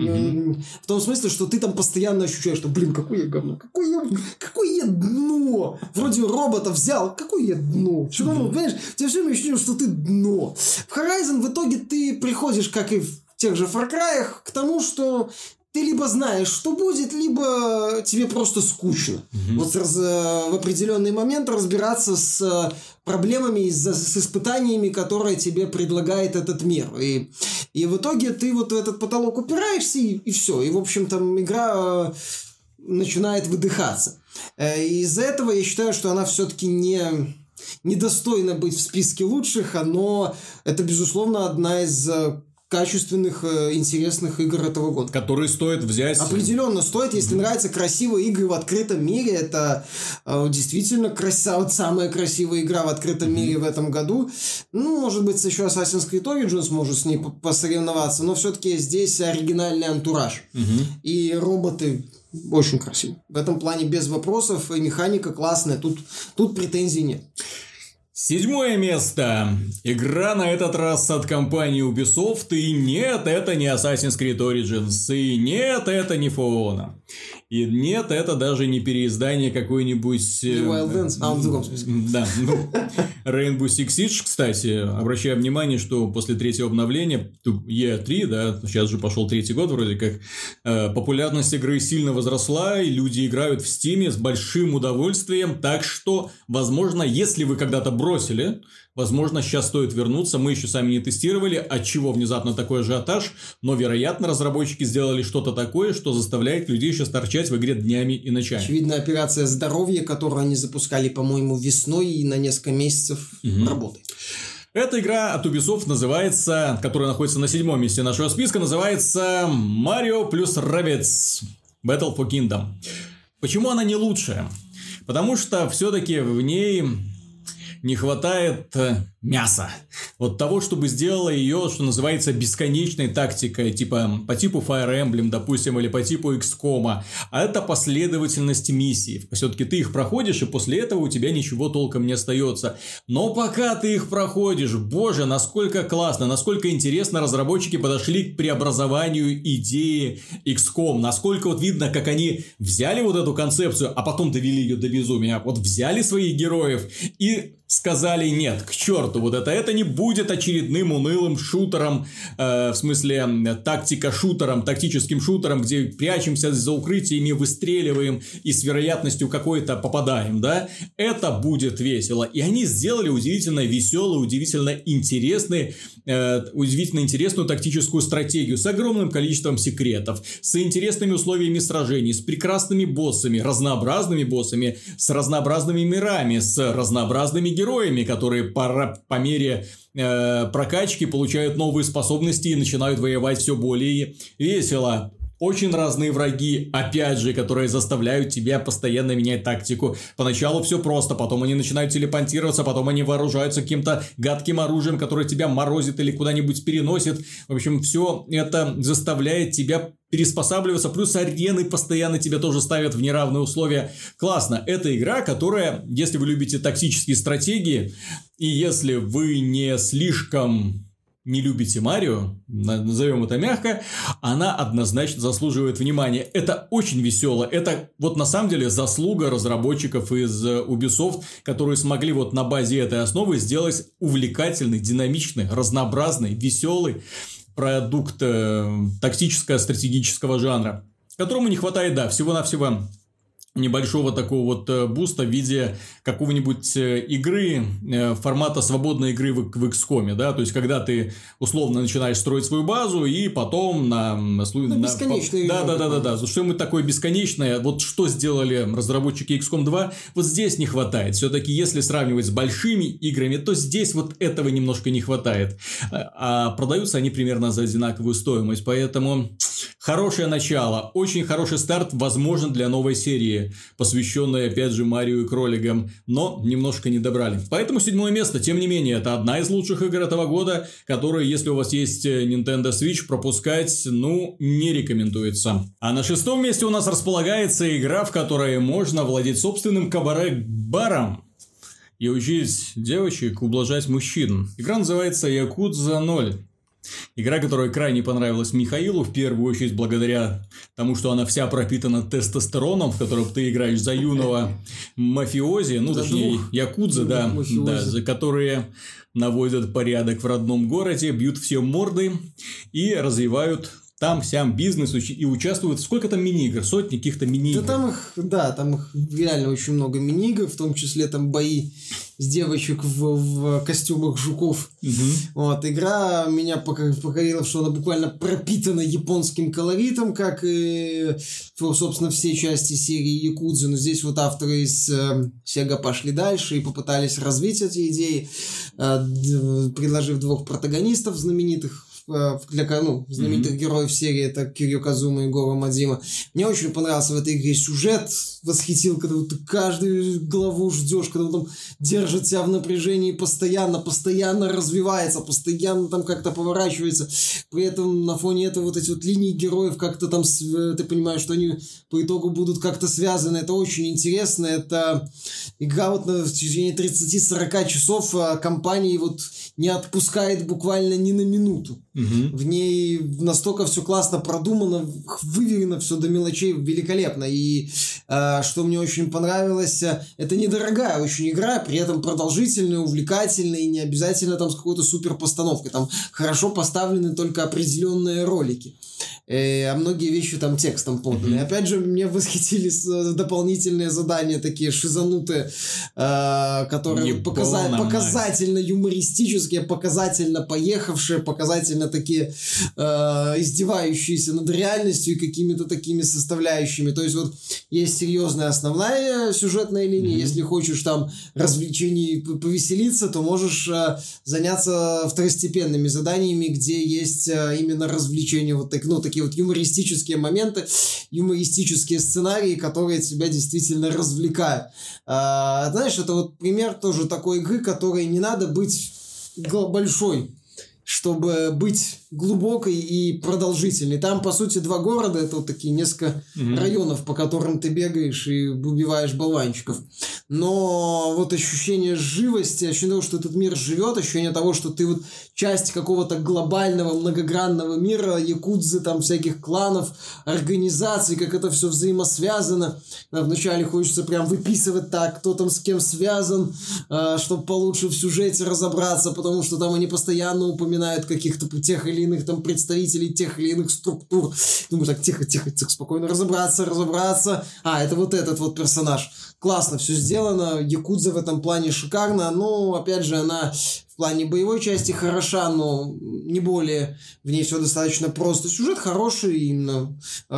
В том смысле, что ты там постоянно ощущаешь, что, какое я говно, какое я дно. Вроде робота взял, какое я дно. Все равно, понимаешь, у тебя все время ощущение, что ты дно. В Horizon в итоге ты приходишь, как и в тех же Far Cry, к тому, что ты либо знаешь, что будет, либо тебе просто скучно. Вот в определенный момент разбираться с проблемами, с испытаниями, которые тебе предлагает этот мир. И в итоге ты вот в этот потолок упираешься, и все. И, в общем-то, игра начинает выдыхаться. Из-за этого я считаю, что она все-таки недостойна быть в списке лучших, но это, безусловно, одна из качественных, интересных игр этого года. Которые стоит взять. Определенно стоит, если нравятся красивые игры в открытом мире. Это действительно самая красивая игра в открытом мире в этом году. Может быть, еще Assassin's Creed Origins может с ней посоревноваться, но все-таки здесь оригинальный антураж. И роботы очень красивые. В этом плане без вопросов, и механика классная. Тут претензий нет. 7 место. Игра на этот раз от компании Ubisoft. И нет, это не Assassin's Creed Origins. И нет, это не For Honor. И нет, это даже не переиздание какой-нибудь... Wild Dance? В другом смысле. Да. Rainbow Six Siege, кстати, обращаю внимание, что после 3-го обновления, E3, сейчас же пошел 3-й год вроде как, популярность игры сильно возросла, и люди играют в Steam с большим удовольствием, так что, возможно, если вы когда-то бросили, возможно, сейчас стоит вернуться. Мы еще сами не тестировали, отчего внезапно такой ажиотаж, но, вероятно, разработчики сделали что-то такое, что заставляет людей сейчас торчать в игре днями и ночами. Очевидно, операция «Здоровье», которую они запускали, по-моему, весной и на несколько месяцев работает. Эта игра от Ubisoft называется, которая находится на 7-м месте нашего списка, называется Mario плюс Rabbids Battle for Kingdom. Почему она не лучшая? Потому что все-таки в ней не хватает мяса. Вот того, чтобы сделала ее, что называется, бесконечной тактикой, по типу Fire Emblem, допустим, или по типу XCOM. А это последовательность миссий. Все-таки ты их проходишь, и после этого у тебя ничего толком не остается. Но пока ты их проходишь, боже, насколько классно, насколько интересно разработчики подошли к преобразованию идеи XCOM. Насколько вот видно, как они взяли вот эту концепцию, а потом довели ее до безумия. Вот взяли своих героев и сказали: нет, к черту, вот это не будет будет очередным унылым шутером, в смысле тактика-шутером, тактическим шутером, где прячемся за укрытиями, выстреливаем и с вероятностью какой-то попадаем, да? Это будет весело. И они сделали удивительно веселую, удивительно интересную тактическую стратегию с огромным количеством секретов, с интересными условиями сражений, с прекрасными боссами, разнообразными боссами, с разнообразными мирами, с разнообразными героями, которые по мере прокачки получают новые способности и начинают воевать все более весело. Очень разные враги, опять же, которые заставляют тебя постоянно менять тактику. Поначалу все просто, потом они начинают телепортироваться, потом они вооружаются каким-то гадким оружием, которое тебя морозит или куда-нибудь переносит. В общем, все это заставляет тебя переспосабливаться, плюс арены постоянно тебя тоже ставят в неравные условия. Классно. Это игра, которая, если вы любите тактические стратегии, и если вы не слишком... не любите Марио, назовем это мягко, она однозначно заслуживает внимания. Это очень весело. Это вот на самом деле заслуга разработчиков из Ubisoft, которые смогли вот на базе этой основы сделать увлекательный, динамичный, разнообразный, веселый продукт тактическо-стратегического жанра, которому не хватает, да, всего-навсего небольшого такого вот буста в виде какого-нибудь игры формата свободной игры в XCOM, да, то есть когда ты условно начинаешь строить свою базу и потом бесконечные да, что-нибудь такое бесконечное. Вот что сделали разработчики XCOM 2, вот здесь не хватает. Все-таки если сравнивать с большими играми, то здесь вот этого немножко не хватает, а продаются они примерно за одинаковую стоимость, поэтому хорошее начало, очень хороший старт возможен для новой серии, посвященной, опять же, Марио и кроликам, но немножко не добрали. Поэтому 7-е место, тем не менее, это одна из лучших игр этого года, которую, если у вас есть Nintendo Switch, пропускать, не рекомендуется. А на 6-м месте у нас располагается игра, в которой можно владеть собственным кабаре-баром и учить девочек ублажать мужчин. Игра называется Yakuza 0. Игра, которая крайне понравилась Михаилу, в первую очередь благодаря тому, что она вся пропитана тестостероном, в котором ты играешь за юного мафиози, точнее, якудза, да, за которые наводят порядок в родном городе, бьют все морды и развивают там-сям бизнес и участвуют. Сколько там мини-игр? Сотни каких-то мини-игр. Там их реально очень много мини-игр, в том числе там бои с девочек в костюмах жуков. Вот, игра меня покорила, что она буквально пропитана японским колоритом, как и, собственно, все части серии Якудзы. Но здесь вот авторы из Sega пошли дальше и попытались развить эти идеи, предложив двух протагонистов знаменитых, знаменитых героев серии, это Кирё Казума и Гору Мадзима. Мне очень понравился в этой игре сюжет, восхитил, когда вот ты каждую главу ждешь, когда он там держит себя в напряжении, постоянно развивается, постоянно там как-то поворачивается. При этом на фоне этого вот эти вот линии героев как-то там, ты понимаешь, что они по итогу будут как-то связаны. Это очень интересно. Это игра вот в течение 30-40 часов компании вот не отпускает буквально ни на минуту. В ней настолько все классно продумано, выверено все до мелочей, великолепно. И что мне очень понравилось, это недорогая очень игра, при этом продолжительная, увлекательная и не обязательно там с какой-то супер постановкой. Там хорошо поставлены только определенные ролики. А многие вещи там текстом поданы. Опять же, мне восхитили дополнительные задания такие шизанутые, которые показательно юмористические, показательно поехавшие, показательно такие издевающиеся над реальностью и какими-то такими составляющими. То есть вот есть серьезная основная сюжетная линия. Если хочешь там развлечений повеселиться, то можешь заняться второстепенными заданиями, где есть именно развлечения, вот такие вот юмористические моменты, юмористические сценарии, которые тебя действительно развлекают. Знаешь, это вот пример тоже такой игры, которой не надо быть большой чтобы быть глубокой и продолжительной. Там, по сути, 2 города, это вот такие несколько районов, по которым ты бегаешь и убиваешь болванчиков. Но вот ощущение живости, ощущение того, что этот мир живет, ощущение того, что ты вот часть какого-то глобального, многогранного мира, якудзы, там всяких кланов, организаций, как это все взаимосвязано. Вначале хочется прям выписывать так, кто там с кем связан, чтобы получше в сюжете разобраться, потому что там они постоянно упоминают каких-то тех или иных там представителей тех или иных структур. Думаю, так, тихо, спокойно разобраться. Это вот этот вот персонаж. Классно все сделано, якудза в этом плане шикарно, но, опять же, она в плане боевой части хороша, но не более, в ней все достаточно просто. Сюжет хороший, именно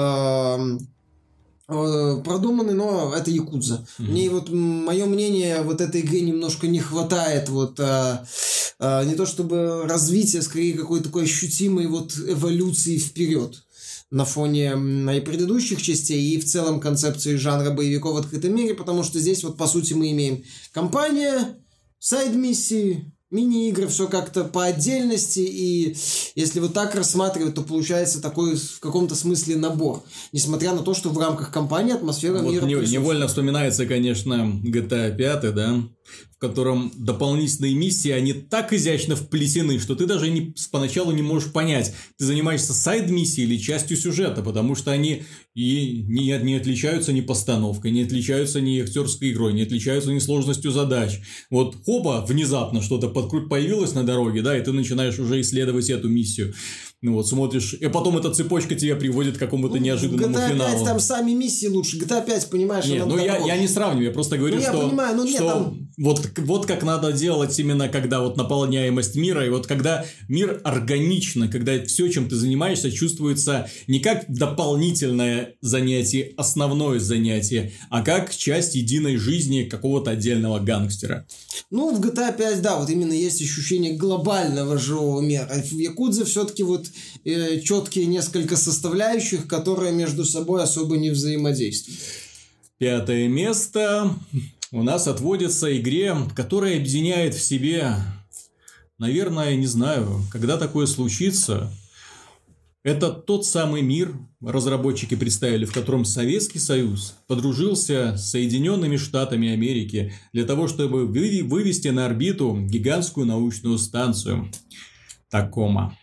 продуманный, но это якудза. Мне вот, мое мнение, вот этой игре немножко не хватает вот не то чтобы развития, скорее какой-то такой ощутимой вот эволюции вперед на фоне и предыдущих частей, и в целом концепции жанра боевиков в открытом мире, потому что здесь вот по сути мы имеем кампания, сайд-миссии, мини-игры, все как-то по отдельности, и если вот так рассматривать, то получается такой в каком-то смысле набор, несмотря на то, что в рамках кампании атмосфера вот мира... Невольно вспоминается, конечно, GTA 5, да, в котором дополнительные миссии, они так изящно вплетены, что ты даже поначалу не можешь понять, ты занимаешься сайд-миссией или частью сюжета, потому что они и не отличаются ни постановкой, не отличаются ни актерской игрой, не отличаются ни сложностью задач. Вот хоба, внезапно что-то появилось на дороге, да, и ты начинаешь уже исследовать эту миссию. Ну вот смотришь, и потом эта цепочка тебя приводит к какому-то неожиданному GTA 5 финалу. там сами миссии лучше. GTA 5, понимаешь, нет, ну я не сравниваю, я просто говорю, что, понимаю, вот как надо делать именно когда вот наполняемость мира, и вот когда мир органично, когда все, чем ты занимаешься, чувствуется не как дополнительное занятие, основное занятие, а как часть единой жизни какого-то отдельного гангстера. Ну, в GTA 5, да, вот именно есть ощущение глобального живого мира. В Якудзе все-таки вот четкие несколько составляющих, которые между собой особо не взаимодействуют. 5 место у нас отводится игре, которая объединяет в себе, наверное, не знаю, когда такое случится. Это тот самый мир, разработчики представили, в котором Советский Союз подружился с Соединенными Штатами Америки для того, чтобы вывести на орбиту гигантскую научную станцию Такома.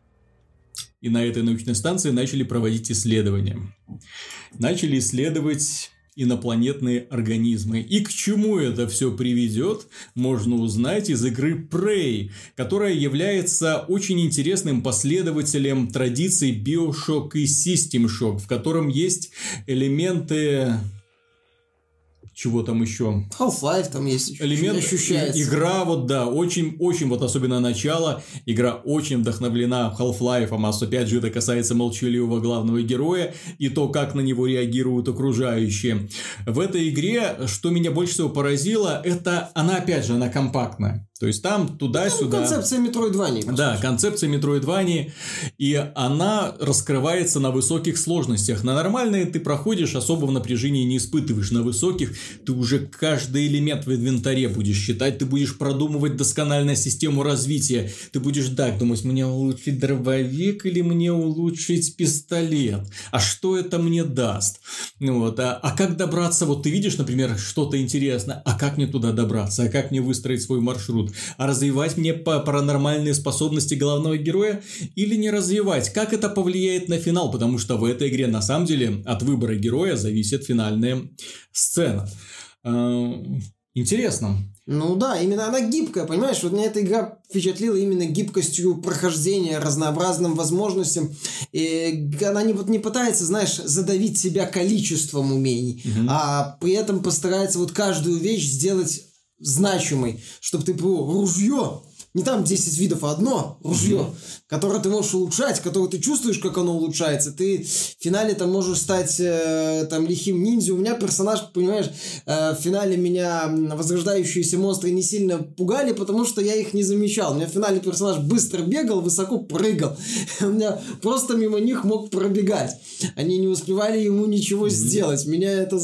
И на этой научной станции начали проводить исследования. Начали исследовать инопланетные организмы. И к чему это все приведет, можно узнать из игры Prey, которая является очень интересным последователем традиций BioShock и System Shock, в котором есть элементы... Чего там еще? Half-Life там есть. Элемент, ощущается. Игра, вот да, очень, вот особенно начало, игра очень вдохновлена Half-Life, опять же, это касается молчаливого главного героя и то, как на него реагируют окружающие. В этой игре, что меня больше всего поразило, это она, опять же, она компактная. То есть там туда-сюда... Концепция Metroidvania. Да, концепция Metroidvania, и она раскрывается на высоких сложностях. На нормальные ты проходишь, особо в напряжении не испытываешь. На высоких ты уже каждый элемент в инвентаре будешь считать, ты будешь продумывать досконально систему развития. Ты будешь думать, мне улучшить дробовик или мне улучшить пистолет? А что это мне даст? Вот. А как добраться? Вот ты видишь, например, что-то интересное. А как мне туда добраться? А как мне выстроить свой маршрут? А развивать мне паранормальные способности главного героя или не развивать? Как это повлияет на финал? Потому что в этой игре на самом деле от выбора героя зависит финальная сцена. Интересно. Ну да, именно она гибкая, понимаешь? Вот меня эта игра впечатлила именно гибкостью прохождения, разнообразным возможностям. И она не пытается, знаешь, задавить себя количеством умений, а при этом постарается вот каждую вещь сделать значимый, чтобы ты было ружье, не там 10 видов, а одно ружье, которое ты можешь улучшать, которое ты чувствуешь, как оно улучшается. Ты в финале там можешь стать там лихим ниндзя. У меня персонаж, понимаешь, в финале меня возрождающиеся монстры не сильно пугали, потому что я их не замечал. У меня в финале персонаж быстро бегал, высоко прыгал. У меня просто мимо них мог пробегать. Они не успевали ему ничего сделать. Меня это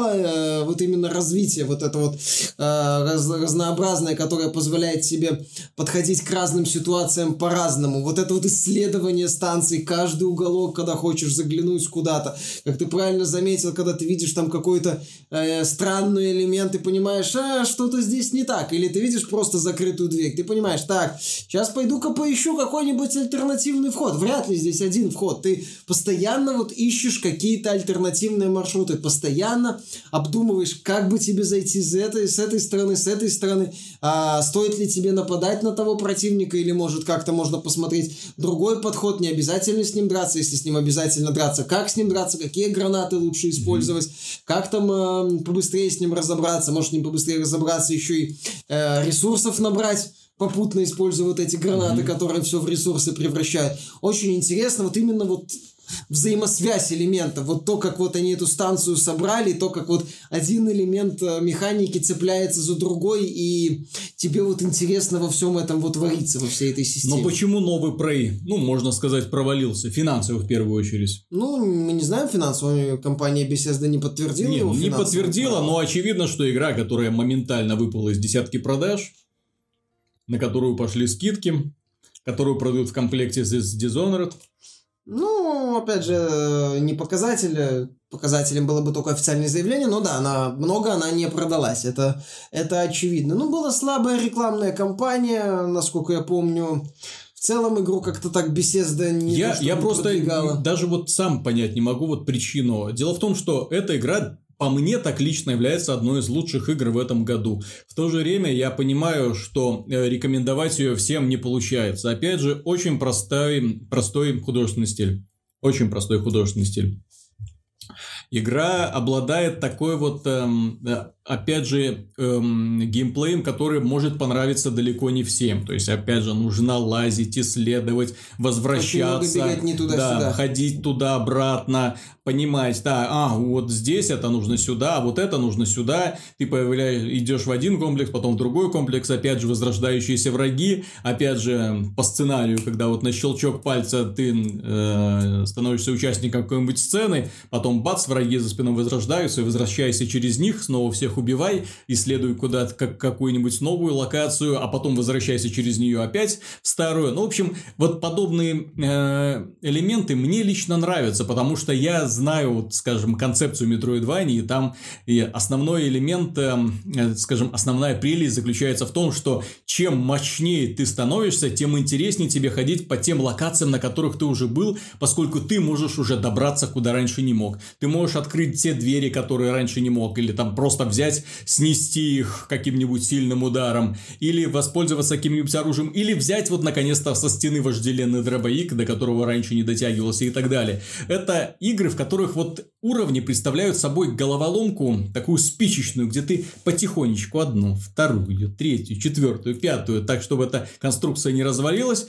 забавляло, вот именно развитие вот это вот разнообразное, которое позволяет себе подходить к разным ситуациям по-разному. Вот это вот исследование станций, каждый уголок, когда хочешь заглянуть куда-то. Как ты правильно заметил, когда ты видишь там какой-то странный элемент, ты понимаешь, что-то здесь не так. Или ты видишь просто закрытую дверь, ты понимаешь, так, сейчас пойду-ка поищу какой-нибудь альтернативный вход. Вряд ли здесь один вход. Ты постоянно вот ищешь какие-то альтернативные маршруты, постоянно обдумываешь, как бы тебе зайти с этой стороны, с этой стороны, стоит ли тебе нападать на того противника, или может как-то можно посмотреть другой подход, не обязательно с ним драться, если с ним обязательно драться, как с ним драться, какие гранаты лучше использовать, как там побыстрее с ним разобраться, может с ним побыстрее разобраться, еще и ресурсов набрать, попутно используя вот эти гранаты, которые все в ресурсы превращают. Очень интересно, вот именно вот взаимосвязь элементов, вот то, как вот они эту станцию собрали, то, как вот один элемент механики цепляется за другой, и тебе вот интересно во всем этом вот вариться, во всей этой системе. Но почему новый Prey, можно сказать, провалился? Финансово в первую очередь. Мы не знаем, финансовая компания Bethesda не подтвердила его. Не подтвердила, но очевидно, что игра, которая моментально выпала из десятки продаж, на которую пошли скидки, которую продают в комплекте с Dishonored. Опять же, не показатель. Показателем было бы только официальное заявление, но да, она не продалась. Это очевидно. Была слабая рекламная кампания, насколько я помню. В целом игру как-то так Bethesda не Я просто продвигала. Даже вот сам понять не могу вот причину. Дело в том, что эта игра, по мне, так лично является одной из лучших игр в этом году. В то же время я понимаю, что рекомендовать ее всем не получается. Опять же, очень простой художественный стиль. Очень простой художественный стиль. Игра обладает такой вот, опять же, геймплеем, который может понравиться далеко не всем. То есть, опять же, нужно лазить, исследовать, возвращаться, бегать не туда-сюда. Ходить туда-обратно, понимать, вот здесь это нужно сюда, а вот это нужно сюда. Ты идешь в один комплекс, потом в другой комплекс, опять же, возрождающиеся враги, опять же, по сценарию, когда вот на щелчок пальца ты становишься участником какой-нибудь сцены, потом бац, враги за спиной возрождаются, и возвращайся через них, снова всех убивай, исследуй куда-то какую-нибудь новую локацию, а потом возвращайся через нее опять в старую. В общем, вот подобные элементы мне лично нравятся, потому что я знаю, вот, скажем, концепцию Metroidvania, и там основной элемент, скажем, основная прелесть заключается в том, что чем мощнее ты становишься, тем интереснее тебе ходить по тем локациям, на которых ты уже был, поскольку ты можешь уже добраться, куда раньше не мог. Ты можешь открыть те двери, которые раньше не мог, или там просто взять, снести их каким-нибудь сильным ударом, или воспользоваться каким-нибудь оружием, или взять вот наконец-то со стены вожделенный дробовик, до которого раньше не дотягивался, и так далее. Это игры, в которых вот уровни представляют собой головоломку, такую спичечную, где ты потихонечку одну, вторую, третью, четвертую, пятую, так, чтобы эта конструкция не развалилась,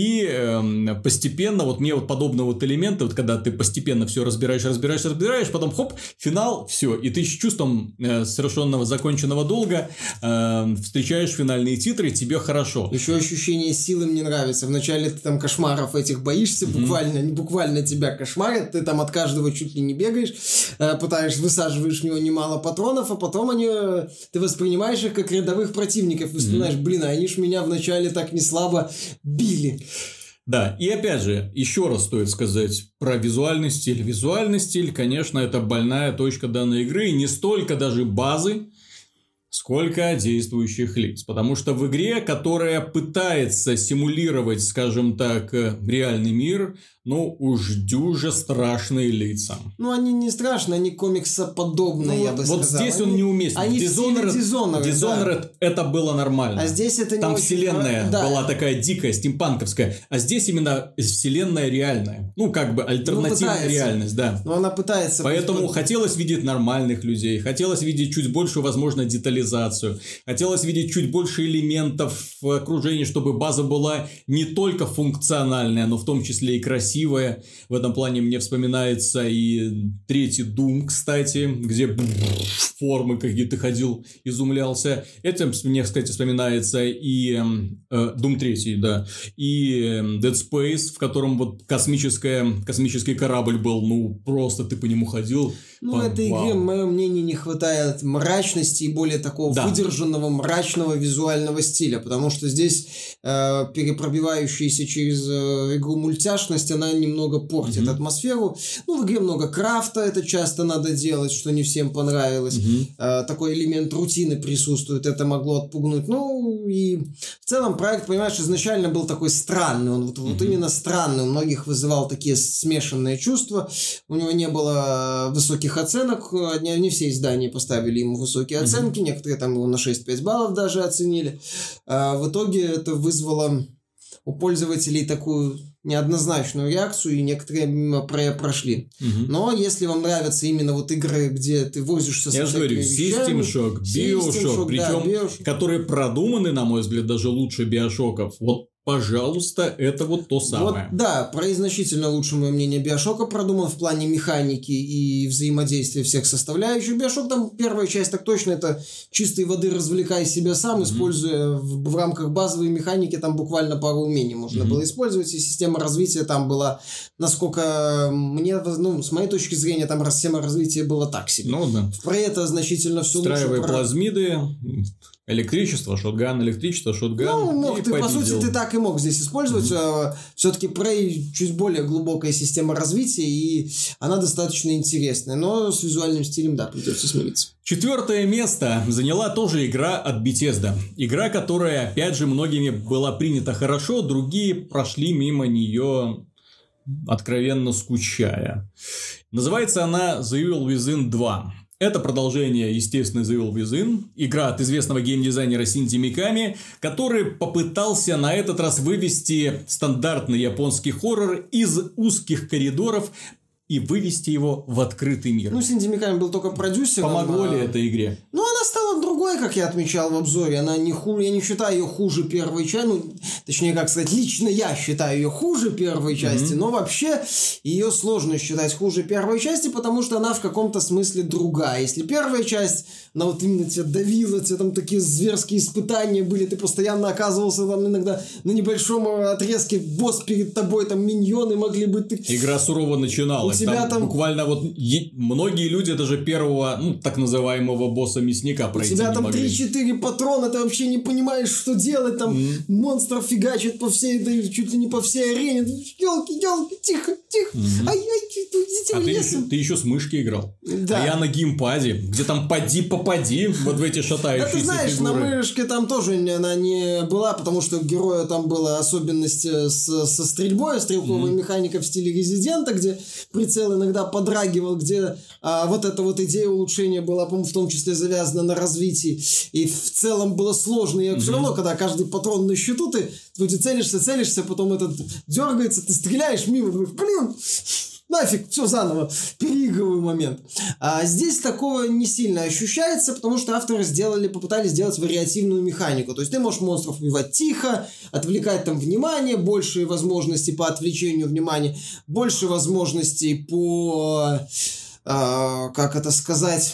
и постепенно, вот мне вот подобные вот элементы, вот когда ты постепенно все разбираешь, потом хоп, финал, все, и ты с чувством совершенного законченного долга встречаешь финальные титры, тебе хорошо. Еще ощущение силы мне нравится. Вначале ты там кошмаров этих боишься, буквально тебя кошмарят, ты там от каждого чуть ли не бегаешь, высаживаешь в него немало патронов, а потом ты воспринимаешь их как рядовых противников, вспоминаешь, они ж меня вначале так не слабо били. Да, и опять же, еще раз стоит сказать про визуальный стиль. Визуальный стиль, конечно, это больная точка данной игры, и не столько даже базы, сколько действующих лиц. Потому что в игре, которая пытается симулировать, скажем так, реальный мир, уж дюже страшные лица. Они не страшные, они комиксоподобные, я бы сказал. Вот здесь он неуместен. Они Dishonored это было нормально. А здесь это не там очень... вселенная была такая дикая, стимпанковская. А здесь именно вселенная реальная. Альтернативная реальность, да. Но она пытается... Поэтому хотелось видеть нормальных людей. Хотелось видеть чуть больше, возможно, детализацию. Хотелось видеть чуть больше элементов в окружении, чтобы база была не только функциональная, но в том числе и красивая, красивая. В этом плане мне вспоминается и третий Doom, кстати, где формы какие-то ходил, изумлялся. Это мне, кстати, вспоминается и Doom 3, да, и Dead Space, в котором вот космический корабль был, ну, просто ты по нему ходил. Ну, в этой игре, мое мнение, не хватает мрачности и более такого выдержанного, мрачного визуального стиля, потому что здесь перепробивающаяся через игру мультяшность, она немного портит атмосферу. Ну, в игре много крафта, это часто надо делать, что не всем понравилось. Такой элемент рутины присутствует, это могло отпугнуть. Ну, и в целом проект, понимаешь, изначально был такой странный, он вот именно странный, у многих вызывал такие смешанные чувства, у него не было высоких оценок, не все издания поставили ему высокие оценки, некоторые там его на 6-5 баллов даже оценили. В итоге это вызвало у пользователей такую неоднозначную реакцию, и некоторые мимо прошли. Но если вам нравятся именно вот игры, где ты возишься со всякими вещами... System Shock, BioShock, причем которые продуманы, на мой взгляд, даже лучше BioShock'ов. Вот, пожалуйста, это вот то самое. Вот, да, про значительно лучше, мое мнение, BioShock'а продуман в плане механики и взаимодействия всех составляющих. BioShock, там первая часть, так точно, это чистой воды развлекай себя сам, используя в рамках базовой механики там буквально пару умений можно было использовать, и система развития там была, насколько мне, ну, с моей точки зрения, там система развития была так себе. Ну, да. Про это значительно все лучше. Встраивая плазмиды... Электричество, шотган. Ну, по сути, ты так и мог здесь использовать. Все-таки Prey чуть более глубокая система развития, и она достаточно интересная. Но с визуальным стилем, да, придется смириться. 4 место заняла тоже игра от Bethesda. Игра, которая, опять же, многими была принята хорошо, другие прошли мимо нее, откровенно скучая. Называется она The Evil Within 2. Это продолжение, естественно, The Evil Within, игра от известного геймдизайнера Синдзи Миками, который попытался на этот раз вывести стандартный японский хоррор из узких коридоров и вывести его в открытый мир. Ну, Синдзи Миками был только продюсером. Помогло ли этой игре? Ну, она стала другой, как я отмечал в обзоре. Она не хуже, я не считаю ее хуже первой части. Ну, точнее, как сказать, лично я считаю ее хуже первой части, но вообще ее сложно считать хуже первой части, потому что она в каком-то смысле другая. Если первая часть, она вот именно тебя давила, тебе там такие зверские испытания были, ты постоянно оказывался там иногда на небольшом отрезке, босс перед тобой, там миньоны могли быть. Игра сурово начиналась. Там буквально вот многие люди даже первого, ну, так называемого босса-мясника пройти не могли. У тебя там 3-4 патрона, ты вообще не понимаешь, что делать, там монстров фигачат по всей, да, чуть ли не по всей арене. Ёлки, тихо. Идите в лес. Ты еще с мышки играл. Да. А я на геймпаде, где там попади вот в эти шатающиеся фигуры. Да, ты знаешь, на мышке там тоже она не была, потому что у героя там была особенность со стрельбой, стрелковая механика в стиле Резидента, где прицел иногда подрагивал, где вот эта вот идея улучшения была, по-моему, в том числе завязана на развитии. И в целом было сложно. И все равно, когда каждый патрон на счету, ты вроде целишься, потом этот дергается, ты стреляешь мимо, говоришь, блин, нафиг, все заново, переигрываю момент. А здесь такого не сильно ощущается, потому что авторы попытались сделать вариативную механику. То есть ты можешь монстров убивать тихо, отвлекать там внимание, больше возможностей по отвлечению внимания, больше возможностей по, как это сказать,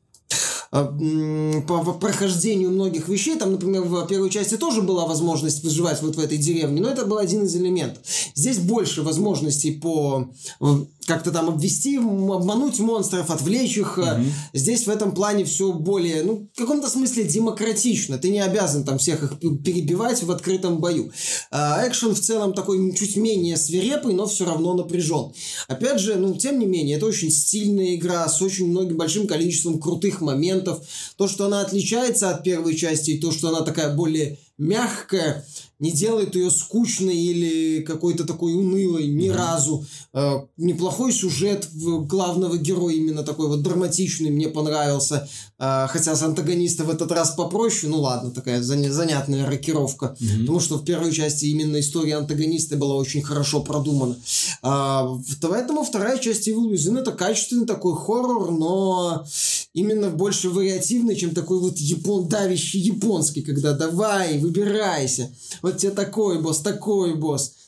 по прохождению многих вещей. Там, например, в первой части тоже была возможность выживать вот в этой деревне, но это был один из элементов. Здесь больше возможностей по как-то там обмануть монстров, отвлечь их. Здесь в этом плане все более, ну, в каком-то смысле демократично. Ты не обязан там всех их перебивать в открытом бою. Экшен в целом такой чуть менее свирепый, но все равно напряжен. Опять же, ну, тем не менее, это очень стильная игра с очень большим количеством крутых моментов. То, что она отличается от первой части, и то, что она такая более мягкая, не делает ее скучной или какой-то такой унылой ни разу. Неплохой сюжет главного героя, именно такой вот драматичный, мне понравился. Хотя с антагониста в этот раз попроще. Ну ладно, такая занятная рокировка. Потому что в первой части именно история антагониста была очень хорошо продумана. Поэтому вторая часть Evil Within — это качественный такой хоррор, но именно больше вариативный, чем такой вот давящий японский, когда давай, выбирайся. Вот тебе такой босс,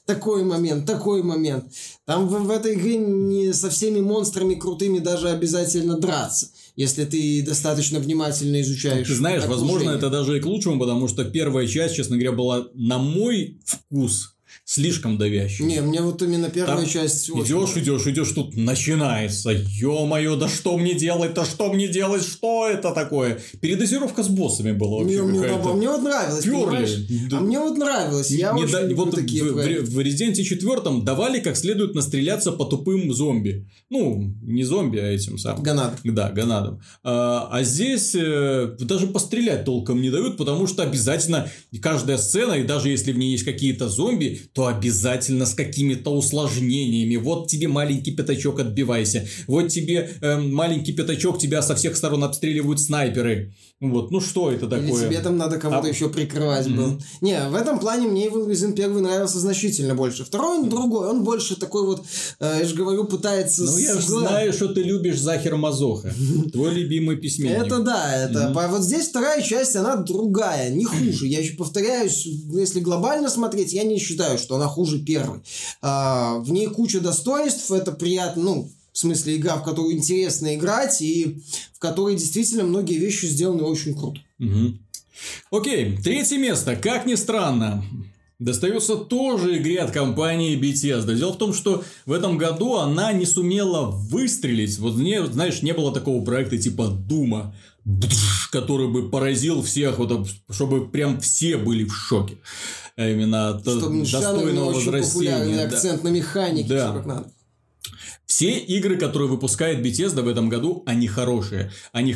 такой момент. Там в этой игре не со всеми монстрами крутыми даже обязательно драться, если ты достаточно внимательно изучаешь. Ты знаешь, возможно, это даже и к лучшему, потому что первая часть, честно говоря, была на мой вкус слишком давящий. Не, мне вот именно первая часть... Идешь, тут начинается. Ё-моё, да что мне делать-то, что это такое? Передозировка с боссами была вообще какая-то. Мне вот нравилось, понимаешь? А мне вот нравилось. Я очень люблю такие проекты. В Resident Evil 4 давали как следует настреляться по тупым зомби. Ну, не зомби, а этим самым. Ганадом. Да, ганадом. А здесь даже пострелять толком не дают, потому что обязательно каждая сцена, и даже если в ней есть какие-то зомби, то обязательно с какими-то усложнениями. Вот тебе маленький пятачок, отбивайся. Вот тебе маленький пятачок, тебя со всех сторон обстреливают снайперы. Вот, ну что это такое? Или тебе там надо кого-то еще прикрывать был. Не, в этом плане мне Evil Within 1 нравился значительно больше. Второй он другой, он больше такой вот, я же говорю, пытается... Ну, я же знаю, что ты любишь Захер Мазоха. Твой любимый письменник. Это да, это... Вот здесь вторая часть, она другая, не хуже. Я еще повторяюсь, если глобально смотреть, я не считаю, что она хуже первой. В ней куча достоинств, это приятно, ну, в смысле игра, в которую интересно играть, и в которой действительно многие вещи сделаны очень круто. Окей, третье место, как ни странно, достается тоже игре от компании Bethesda. Дело в том, что в этом году она не сумела выстрелить. Вот, знаешь, не было такого проекта типа Дума, который бы поразил всех, вот, чтобы прям все были в шоке. Именно от достойного возрастения. Акцент на механике, все как надо. Все игры, которые выпускает Bethesda в этом году, они хорошие. Они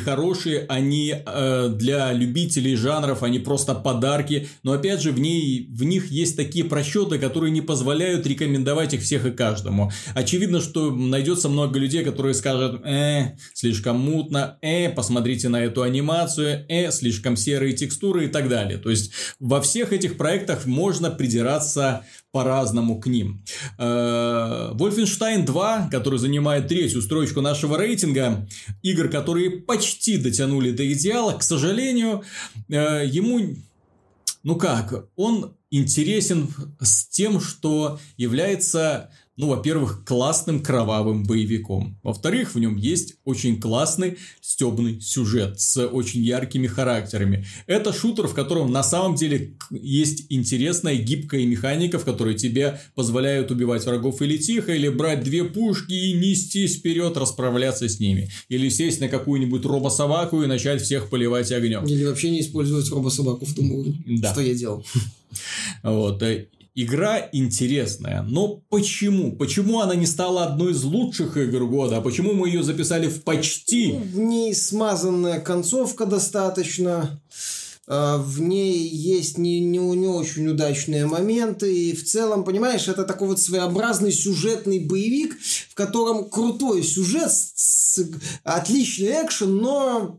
для любителей жанров, они просто подарки. Но опять же, в них есть такие просчеты, которые не позволяют рекомендовать их всех и каждому. Очевидно, что найдется много людей, которые скажут: слишком мутно, посмотрите на эту анимацию, слишком серые текстуры и так далее. То есть во всех этих проектах можно придираться по-разному к ним. Wolfenstein 2, который занимает третью строчку нашего рейтинга, игр, которые почти дотянули до идеала, к сожалению, ему, он интересен с тем, что является, во-первых, классным кровавым боевиком. Во-вторых, в нем есть очень классный стёбный сюжет с очень яркими характерами. Это шутер, в котором на самом деле есть интересная гибкая механика, в которой тебе позволяют убивать врагов или тихо, или брать две пушки и нестись вперед, расправляться с ними. Или сесть на какую-нибудь робособаку и начать всех поливать огнем. Или вообще не использовать робособаку в том уровне, что я делал. Вот. Игра интересная, но почему? Почему она не стала одной из лучших игр года? А почему мы ее записали в почти? В ней смазанная концовка достаточно. В ней есть не очень удачные моменты. И в целом, понимаешь, это такой вот своеобразный сюжетный боевик, в котором крутой сюжет, отличный экшен, но...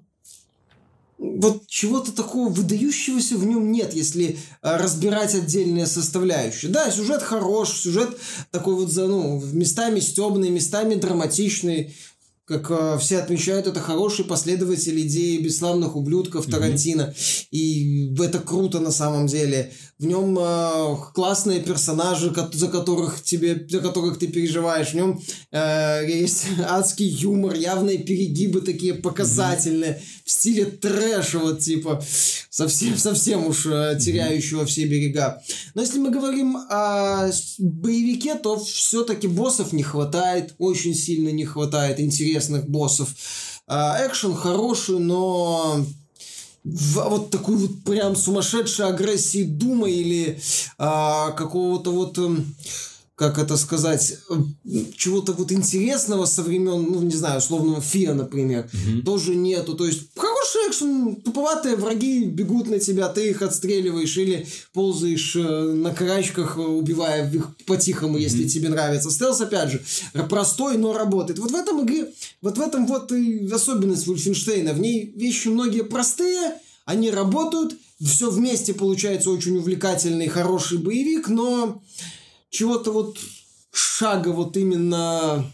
Вот чего-то такого выдающегося в нем нет, если разбирать отдельные составляющие. Да, сюжет хорош, сюжет такой вот, местами стёбный, местами драматичный. Как все отмечают, это хороший последователь идеи «Бесславных ублюдков» Тарантино. И это круто на самом деле. В нем классные персонажи, за которых ты переживаешь. В нем есть адский юмор, явные перегибы такие показательные. В стиле трэша, вот типа совсем уж теряющего все берега. Но если мы говорим о боевике, то все-таки боссов не хватает. Очень сильно не хватает интересных боссов. Экшен хороший, но... вот такой вот прям сумасшедшей агрессии Дума или какого-то вот, как это сказать, чего-то вот интересного со времен, не знаю, условного Фира, например, тоже нету. То есть хороший экшен, туповатые враги бегут на тебя, ты их отстреливаешь или ползаешь на карачках, убивая их по-тихому, если тебе нравится. Стелс, опять же, простой, но работает. Вот в этом игре, вот в этом вот и особенность Вольфенштейна. В ней вещи многие простые, они работают, все вместе получается очень увлекательный, хороший боевик, но чего-то вот шага вот именно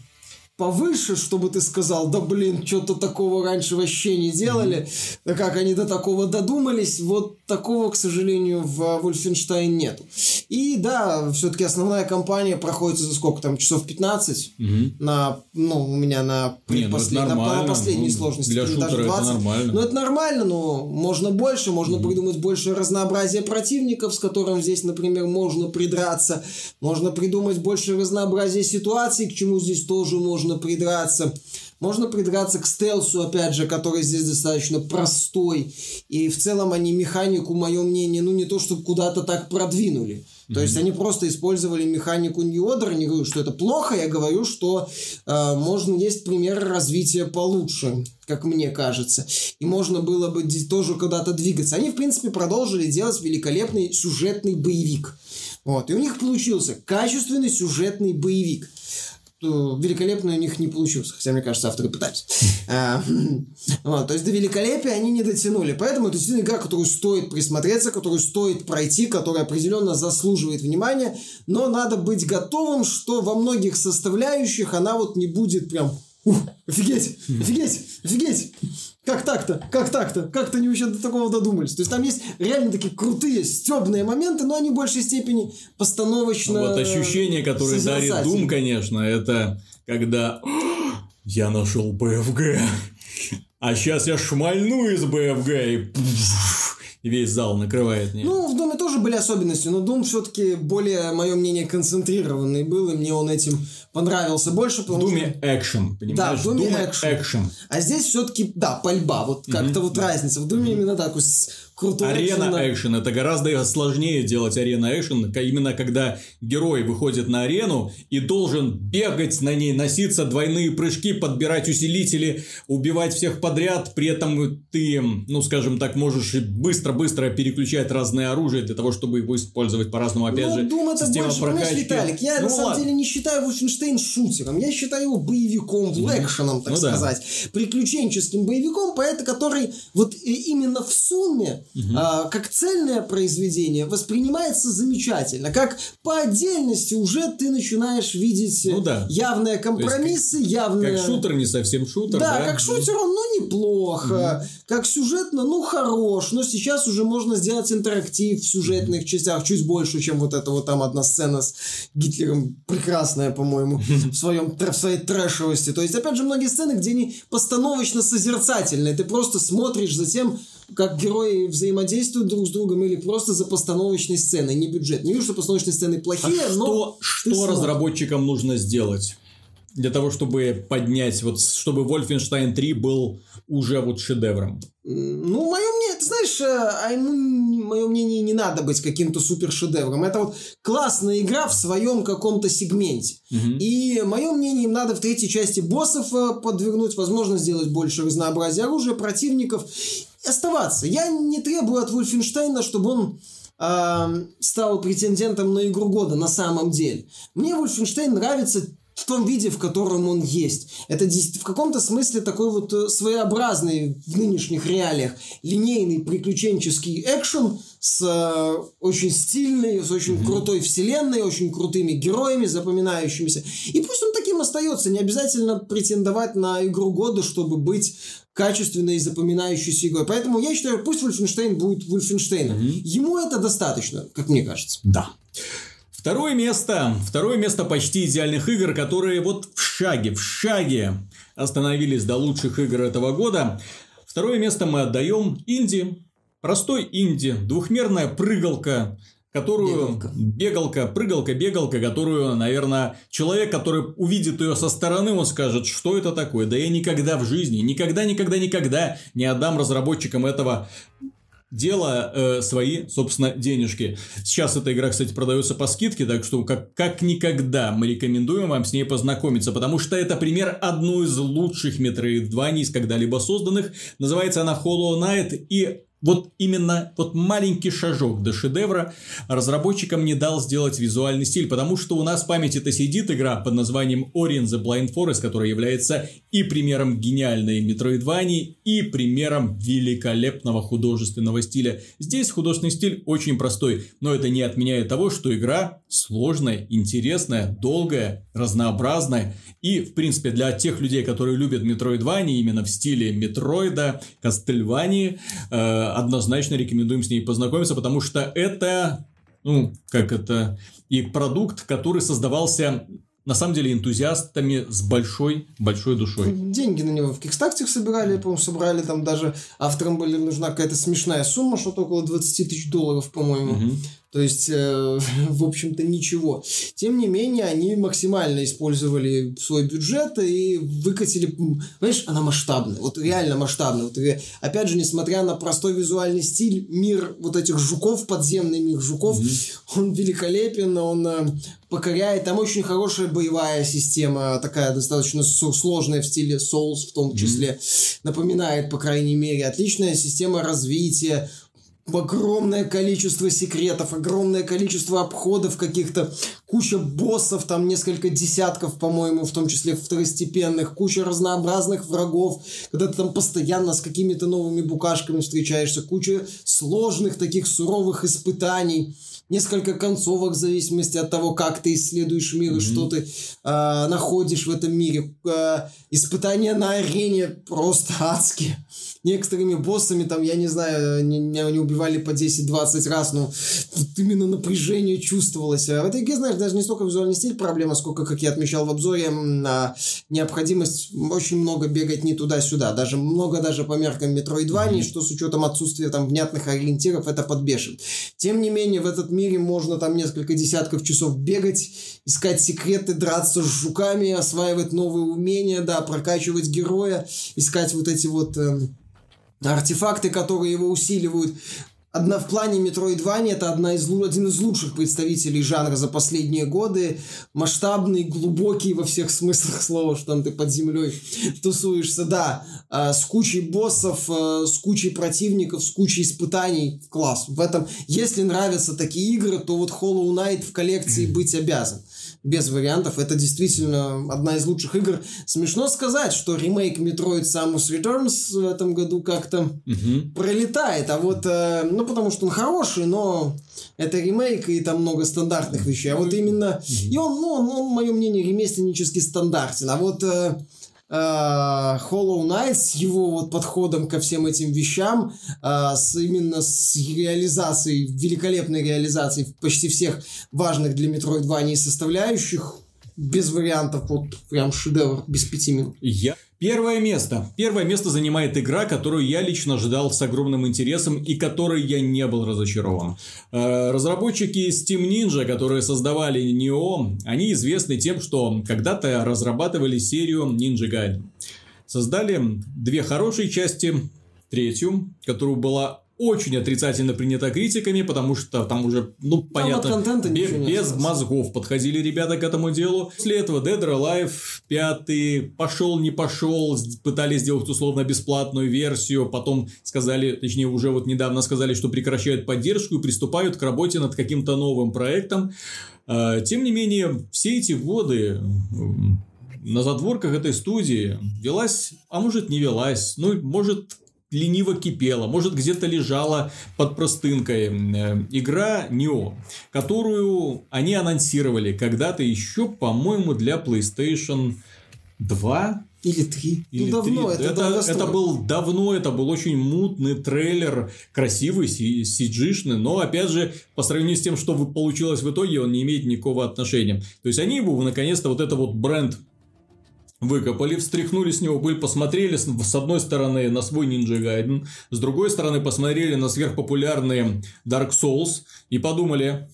повыше, чтобы ты сказал, да блин, что-то такого раньше вообще не делали, да как они до такого додумались, вот такого, к сожалению, в Wolfenstein нету. И да, все-таки основная кампания проходит за сколько там, часов 15 на, ну, у меня на последней сложности. Для шутера это нормально. Ну, это нормально, но можно больше, можно придумать больше разнообразия противников, с которым здесь, например, можно придраться, можно придумать больше разнообразия ситуаций, к чему здесь тоже можно придраться. Можно придраться к стелсу, опять же, который здесь достаточно простой. И в целом они механику, мое мнение, ну не то, чтобы куда-то так продвинули. То есть они просто использовали механику New Order. Не говорю, что это плохо, я говорю, что есть примеры развития получше, как мне кажется. И можно было бы тоже куда-то двигаться. Они, в принципе, продолжили делать великолепный сюжетный боевик. Вот. И у них получился качественный сюжетный боевик. Великолепно у них не получился, хотя, мне кажется, авторы пытались. То есть до великолепия они не дотянули. Поэтому это действительно игра, которую стоит присмотреться, которую стоит пройти, которая определенно заслуживает внимания, но надо быть готовым, что во многих составляющих она вот не будет прям офигеть. Как так-то? Как-то они вообще до такого додумались? То есть там есть реально такие крутые, стёбные моменты, но они в большей степени постановочно. Вот ощущение, которое дарит Doom, конечно, это когда я нашел БФГ, а сейчас я шмальну из БФГ и весь зал накрывает меня. Ну, в Думе тоже были особенности, но Doom все-таки более, мое мнение, концентрированный был, и мне он этим понравился больше. В Думе экшен, понимаешь? Да, в Думе экшен. А здесь все-таки, да, пальба, вот как-то вот разница. В Думе именно такой крутой арена экшен. Это гораздо сложнее делать арена экшен, именно когда герой выходит на арену и должен бегать на ней, носиться, двойные прыжки, подбирать усилители, убивать всех подряд. При этом ты, ну, скажем так, можешь быстро-быстро переключать разные оружия для того, чтобы его использовать по-разному. Опять же, Doom это система больше, прокачки. Виталик, я на самом деле не считаю Wolfenstein шутером. Я считаю его боевиком, экшеном, так сказать. Приключенческим боевиком, который вот именно в сумме как цельное произведение воспринимается замечательно. Как по отдельности уже ты начинаешь видеть явные компромиссы, явные... Как шутер, не совсем шутер. Да, как шутер он, неплохо. Как сюжетно, хорош. Но сейчас уже можно сделать интерактив в сюжетных частях чуть больше, чем вот эта вот там одна сцена с Гитлером. Прекрасная, по-моему, в своей трэшевости. То есть, опять же, многие сцены, где они постановочно-созерцательные. Ты просто смотришь за тем, как герои взаимодействуют друг с другом, или просто за постановочной сценой, не бюджет. Не вижу, что постановочные сцены плохие, но... Что разработчикам нужно сделать для того, чтобы поднять, вот, чтобы Wolfenstein 3 был уже вот шедевром? Ну, мое мнение, ты знаешь, мое мнение, не надо быть каким-то супер-шедевром. Это вот классная игра в своем каком-то сегменте. И мое мнение, им надо в третьей части боссов подвергнуть, возможно, сделать больше разнообразия оружия, противников и оставаться. Я не требую от Wolfenstein, чтобы он стал претендентом на игру года на самом деле. Мне Wolfenstein нравится в том виде, в котором он есть. Это в каком-то смысле такой вот своеобразный в нынешних реалиях линейный приключенческий экшен с очень стильной, с очень крутой вселенной, очень крутыми героями, запоминающимися. И пусть он таким остается. Не обязательно претендовать на игру года, чтобы быть качественной и запоминающейся игрой. Поэтому я считаю, пусть Wolfenstein будет Wolfenstein. Ему это достаточно, как мне кажется. Да. Второе место почти идеальных игр, которые вот в шаге остановились до лучших игр этого года. Второе место мы отдаем инди. Простой инди. Двухмерная прыгалка, которую... Бегалка, которую, наверное, человек, который увидит ее со стороны, он скажет, что это такое. Да я никогда в жизни, никогда не отдам разработчикам этого дела свои, собственно, денежки. Сейчас эта игра, кстати, продается по скидке, так что как никогда мы рекомендуем вам с ней познакомиться, потому что это пример одной из лучших Metroidvania из когда-либо созданных. Называется она Hollow Knight, и вот именно вот маленький шажок до шедевра разработчикам не дал сделать визуальный стиль, потому что у нас в памяти-то сидит игра под названием Ori and the Blind Forest, которая является и примером гениальной метроидвании, и примером великолепного художественного стиля. Здесь художественный стиль очень простой, но это не отменяет того, что игра сложная, интересная, долгая, разнообразная. И, в принципе, для тех людей, которые любят метроидвании именно в стиле метроида, Кастельвании, однозначно рекомендуем с ней познакомиться, потому что это, и продукт, который создавался на самом деле энтузиастами с большой душой. Деньги на него в Кикстарте собирали, по-моему, собрали, там даже авторам была нужна какая-то смешная сумма, что-то около $20 тысяч, по-моему. Угу. То есть, в общем-то, ничего. Тем не менее, они максимально использовали свой бюджет и выкатили... Понимаешь, она масштабная. Вот реально масштабная. Вот, опять же, несмотря на простой визуальный стиль, мир вот этих жуков, подземный мир жуков, он великолепен, он покоряет. Там очень хорошая боевая система, такая достаточно сложная в стиле Souls в том числе. Напоминает, по крайней мере, отличная система развития. Огромное количество секретов, огромное количество обходов каких-то, куча боссов, там несколько десятков, по-моему, в том числе второстепенных, куча разнообразных врагов, когда ты там постоянно с какими-то новыми букашками встречаешься, куча сложных таких суровых испытаний, несколько концовок в зависимости от того, как ты исследуешь мир и что ты находишь в этом мире. Испытания на арене просто адские. Некоторыми боссами, там, я не знаю, они убивали по 10-20 раз, но тут именно напряжение чувствовалось. А в этой игре, знаешь, даже не столько визуальный стиль проблема, сколько, как я отмечал в обзоре, необходимость очень много бегать не туда-сюда. Много по меркам Metroidvania, что с учетом отсутствия там внятных ориентиров, это подбешивает. Тем не менее, в этот мире можно там несколько десятков часов бегать, искать секреты, драться с жуками, осваивать новые умения, прокачивать героя, искать вот эти вот... артефакты, которые его усиливают. В плане Metroidvania это один из лучших представителей жанра за последние годы. Масштабный, глубокий во всех смыслах слова, что там ты под землей тусуешься. С кучей боссов, с кучей противников, с кучей испытаний. Класс. В этом, если нравятся такие игры, то вот Hollow Knight в коллекции быть обязан. Без вариантов. Это действительно одна из лучших игр. Смешно сказать, что ремейк Metroid Samus Returns в этом году как-то пролетает. А вот, потому что он хороший, но это ремейк, и там много стандартных вещей. А вот именно... И он, мое мнение, ремесленнически стандартен. А вот... Hollow Knight с его вот подходом ко всем этим вещам, именно с реализацией, великолепной реализацией почти всех важных для Metroidvania составляющих, без вариантов, вот прям шедевр, без 5 минут. Первое место занимает игра, которую я лично ждал с огромным интересом и которой я не был разочарован. Разработчики Steam Ninja, которые создавали Nioh, они известны тем, что когда-то разрабатывали серию Ninja Gaiden. Создали 2 хорошие части, 3-ю, которая была очень отрицательно принята критиками, потому что там уже, понятно, без мозгов подходили ребята к этому делу. После этого Dead or Alive 5 пошел, не пошел, пытались сделать условно бесплатную версию, потом сказали, точнее уже вот недавно сказали, что прекращают поддержку и приступают к работе над каким-то новым проектом. Тем не менее, все эти годы на задворках этой студии велась, а может не велась, может лениво кипела, может где-то лежала под простынкой игра Nioh, которую они анонсировали когда-то еще, по-моему, для PlayStation 2 или 3. Давно. Это был давно, это был очень мутный трейлер, красивый, CG-шный, но, опять же, по сравнению с тем, что получилось в итоге, он не имеет никакого отношения. То есть, они его, наконец-то, вот это вот бренд выкопали, встряхнули с него пыль, посмотрели с одной стороны на свой Ninja Gaiden, с другой стороны посмотрели на сверхпопулярные Dark Souls и подумали,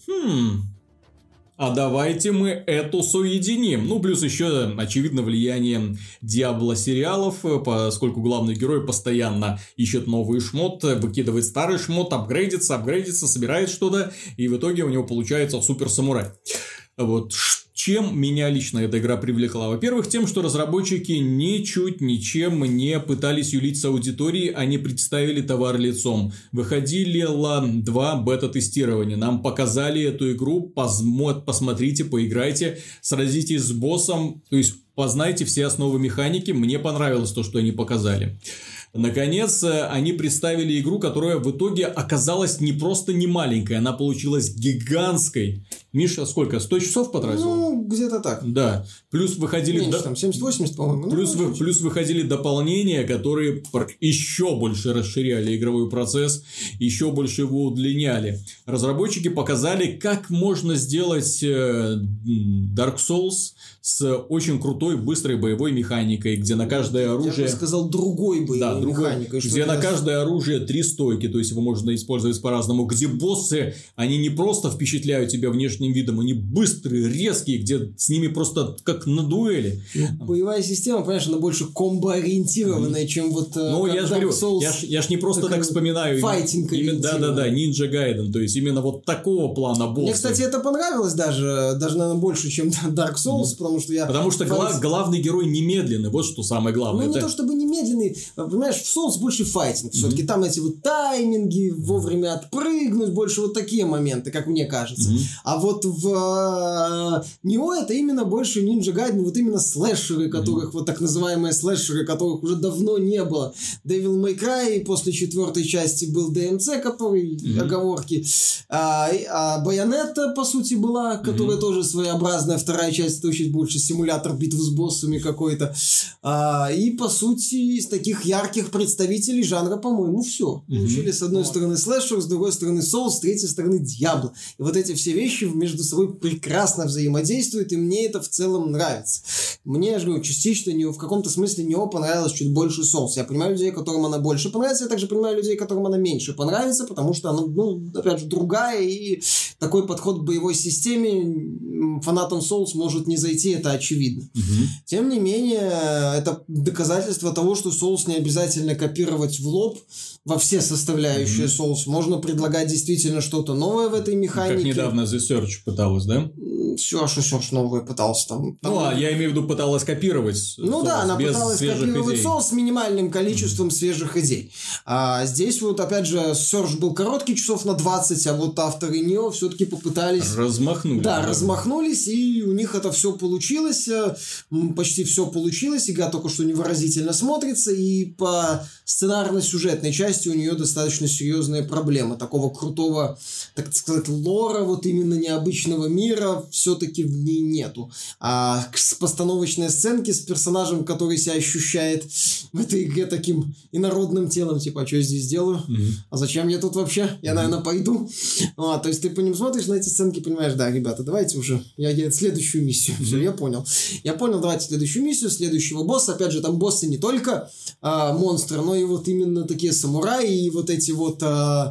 а давайте мы эту соединим. Плюс еще, очевидно, влияние Diablo сериалов, поскольку главный герой постоянно ищет новый шмот, выкидывает старый шмот, апгрейдится, собирает что-то, и в итоге у него получается супер-самурай. Вот. Чем меня лично эта игра привлекла? Во-первых, тем, что разработчики ничуть ничем не пытались юлить с аудиторией, они представили товар лицом. Выходило 2 бета-тестирования. Нам показали эту игру, посмотрите, поиграйте, сразитесь с боссом, то есть познайте все основы механики. Мне понравилось то, что они показали. Наконец, они представили игру, которая в итоге оказалась не просто не маленькой, она получилась гигантской. Миша, сколько? 100 часов потратил? Ну, где-то так. Да. Плюс выходили... Меньше, там 70-80, по-моему. Плюс выходили дополнения, которые еще больше расширяли игровой процесс, еще больше его удлиняли. Разработчики показали, как можно сделать Dark Souls с очень крутой, быстрой боевой механикой, где на каждое оружие... Я бы сказал, другой боевой механикой. Где на каждое оружие 3 стойки, то есть его можно использовать по-разному. Где боссы, они не просто впечатляют тебя внешним видом, они быстрые, резкие, где с ними просто как на дуэли. Боевая система, понимаешь, она больше комбо-ориентированная, чем вот ну, я же говорю, я ж не просто так вспоминаю. Да, Ninja Gaiden, то есть именно вот такого плана босса. Мне, кстати, это понравилось даже, наверное, больше, чем Dark Souls, потому что главный герой немедленный, вот что самое главное. Ну, не то чтобы немедленный, понимаешь, в Souls больше файтинг, все-таки там эти вот тайминги, вовремя отпрыгнуть, больше вот такие моменты, как мне кажется. А вот в Nioh это именно больше Ninja Gaiden, вот именно слэшеры, которых, вот так называемые слэшеры, которых уже давно не было. Devil May Cry после 4-й части был DMC, который, оговорки. Bayonetta, по сути, была, которая тоже своеобразная. 2-я часть, это очень больше симулятор битв с боссами какой-то. И, по сути, из таких ярких представителей жанра, по-моему, все. Получили с одной стороны слэшер, с другой стороны Souls, с третьей стороны Diablo. И вот эти все вещи между собой прекрасно взаимодействуют, и мне это в целом нравится. Мне, я же говорю, частично в каком-то смысле Nioh понравилось чуть больше Souls. Я понимаю людей, которым она больше понравится, я также понимаю людей, которым она меньше понравится, потому что она, опять же, другая, и такой подход к боевой системе фанатам Souls может не зайти, это очевидно. Тем не менее, это доказательство того, что Souls не обязательно копировать в лоб во все составляющие Souls. Можно предлагать действительно что-то новое в этой механике. Как недавно The Surge пыталась, да? Все, что Surge новое пытался там. Я имею в виду, пыталась копировать. Ну да, она пыталась копировать Souls с минимальным количеством свежих идей. А здесь вот, опять же, Surge был короткий, часов на 20, а вот авторы Nioh все-таки попытались... Размахнулись. Да, размахнулись, и у них это все получилось. Почти все получилось. Игра только что невыразительно смотрится, и по сценарно-сюжетной части у нее достаточно серьезные проблемы. Такого крутого, так сказать, лора, вот именно необычного мира все-таки в ней нету. А постановочные сценки с персонажем, который себя ощущает в этой игре таким инородным телом, типа, а что я здесь делаю? А зачем я тут вообще? Я, наверное, пойду. То есть ты по ним смотришь на эти сценки, понимаешь, да, ребята, давайте уже, я следующую миссию. Все, я понял, давайте следующую миссию, следующего босса. Опять же, там боссы не только монстры, но и вот именно такие самураи, и вот эти вот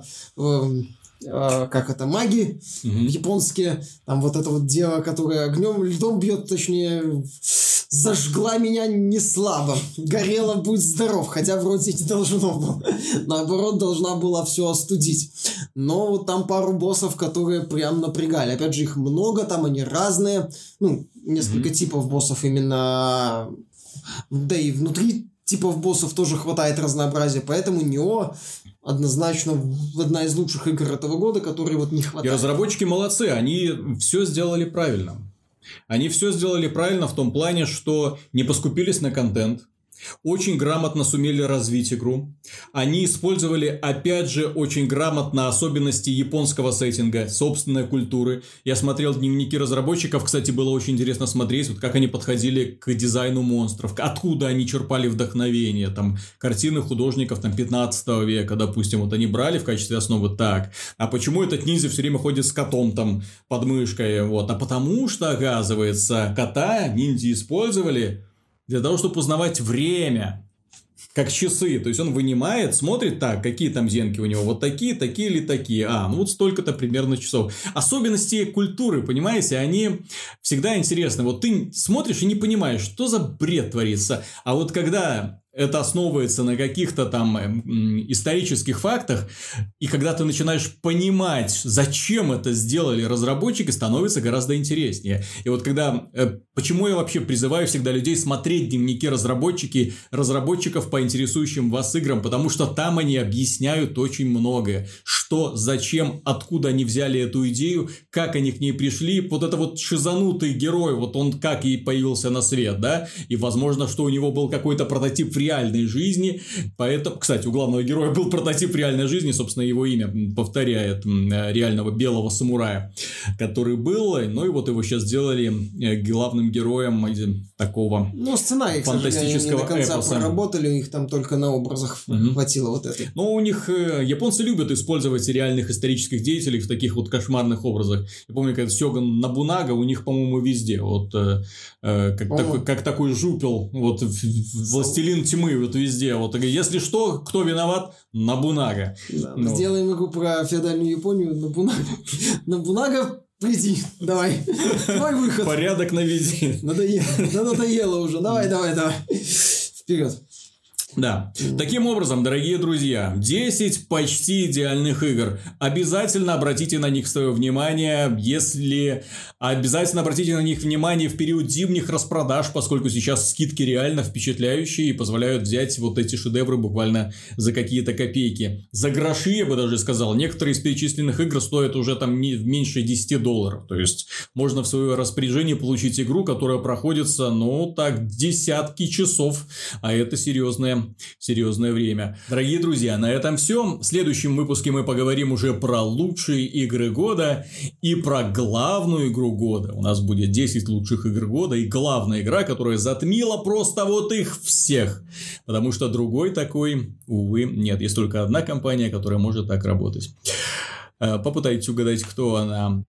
маги японские, там вот это вот дева, которая огнем, льдом бьет, точнее, зажгла меня не слабо, горела, будь здоров, хотя вроде не должно было, наоборот, должна была все остудить. Но вот там пару боссов, которые прям напрягали, опять же, их много, там они разные, несколько типов боссов именно, да и внутри типов боссов тоже хватает разнообразия, поэтому Nioh однозначно одна из лучших игр этого года, которой вот не хватает. И разработчики молодцы, они все сделали правильно. Они все сделали правильно в том плане, что не поскупились на контент, очень грамотно сумели развить игру. Они использовали, опять же, очень грамотно особенности японского сеттинга, собственной культуры. Я смотрел дневники разработчиков, кстати, было очень интересно смотреть, вот как они подходили к дизайну монстров, откуда они черпали вдохновение, там, картины художников там, 15 века, допустим, вот они брали в качестве основы так. А почему этот ниндзя все время ходит с котом там под мышкой? Вот. А потому что, оказывается, кота ниндзя использовали для того, чтобы узнавать время, как часы. То есть, он вынимает, смотрит так, какие там зенки у него. Вот такие или такие. Вот столько-то примерно часов. Особенности культуры, понимаете, они всегда интересны. Вот ты смотришь и не понимаешь, что за бред творится. А вот когда это основывается на каких-то там исторических фактах, и когда ты начинаешь понимать, зачем это сделали разработчики, становится гораздо интереснее. И вот когда... Почему я вообще призываю всегда людей смотреть дневники разработчиков по интересующим вас играм, потому что там они объясняют очень многое. Что, зачем, откуда они взяли эту идею, как они к ней пришли. Вот это вот шизанутый герой, вот он как и появился на свет, да, и возможно, что у него был какой-то прототип в реальной жизни, поэтому, кстати, у главного героя был прототип в реальной жизни, собственно, его имя повторяет реального белого самурая, который был, ну и вот его сейчас сделали главным героем такого сценарий, фантастического к сожалению, не до конца эпоса. Проработали, у них там только на образах хватило вот этой. Но у них, японцы любят использовать реальных исторических деятелей в таких вот кошмарных образах. Я помню, как Сёгун Нобунага у них, по-моему, везде, вот как такой жупел, вот властелин тьмы, вот везде, вот если что, кто виноват? Нобунага. Да, сделаем игру про феодальную Японию. Нобунага, приди, давай, твой выход. Порядок наведи. Надоело уже, давай, вперед. Да. Таким образом, дорогие друзья, 10 почти идеальных игр. Обязательно обратите на них свое внимание, обязательно обратите на них внимание в период зимних распродаж, поскольку сейчас скидки реально впечатляющие и позволяют взять вот эти шедевры буквально за какие-то копейки. За гроши, я бы даже сказал. Некоторые из перечисленных игр стоят уже там меньше $10. То есть, можно в свое распоряжение получить игру, которая проходится, десятки часов. А это серьезное время. Дорогие друзья, на этом все. В следующем выпуске мы поговорим уже про лучшие игры года и про главную игру года. У нас будет 10 лучших игр года и главная игра, которая затмила просто вот их всех. Потому что другой такой, увы, нет. Есть только одна компания, которая может так работать. Попытайтесь угадать, кто она.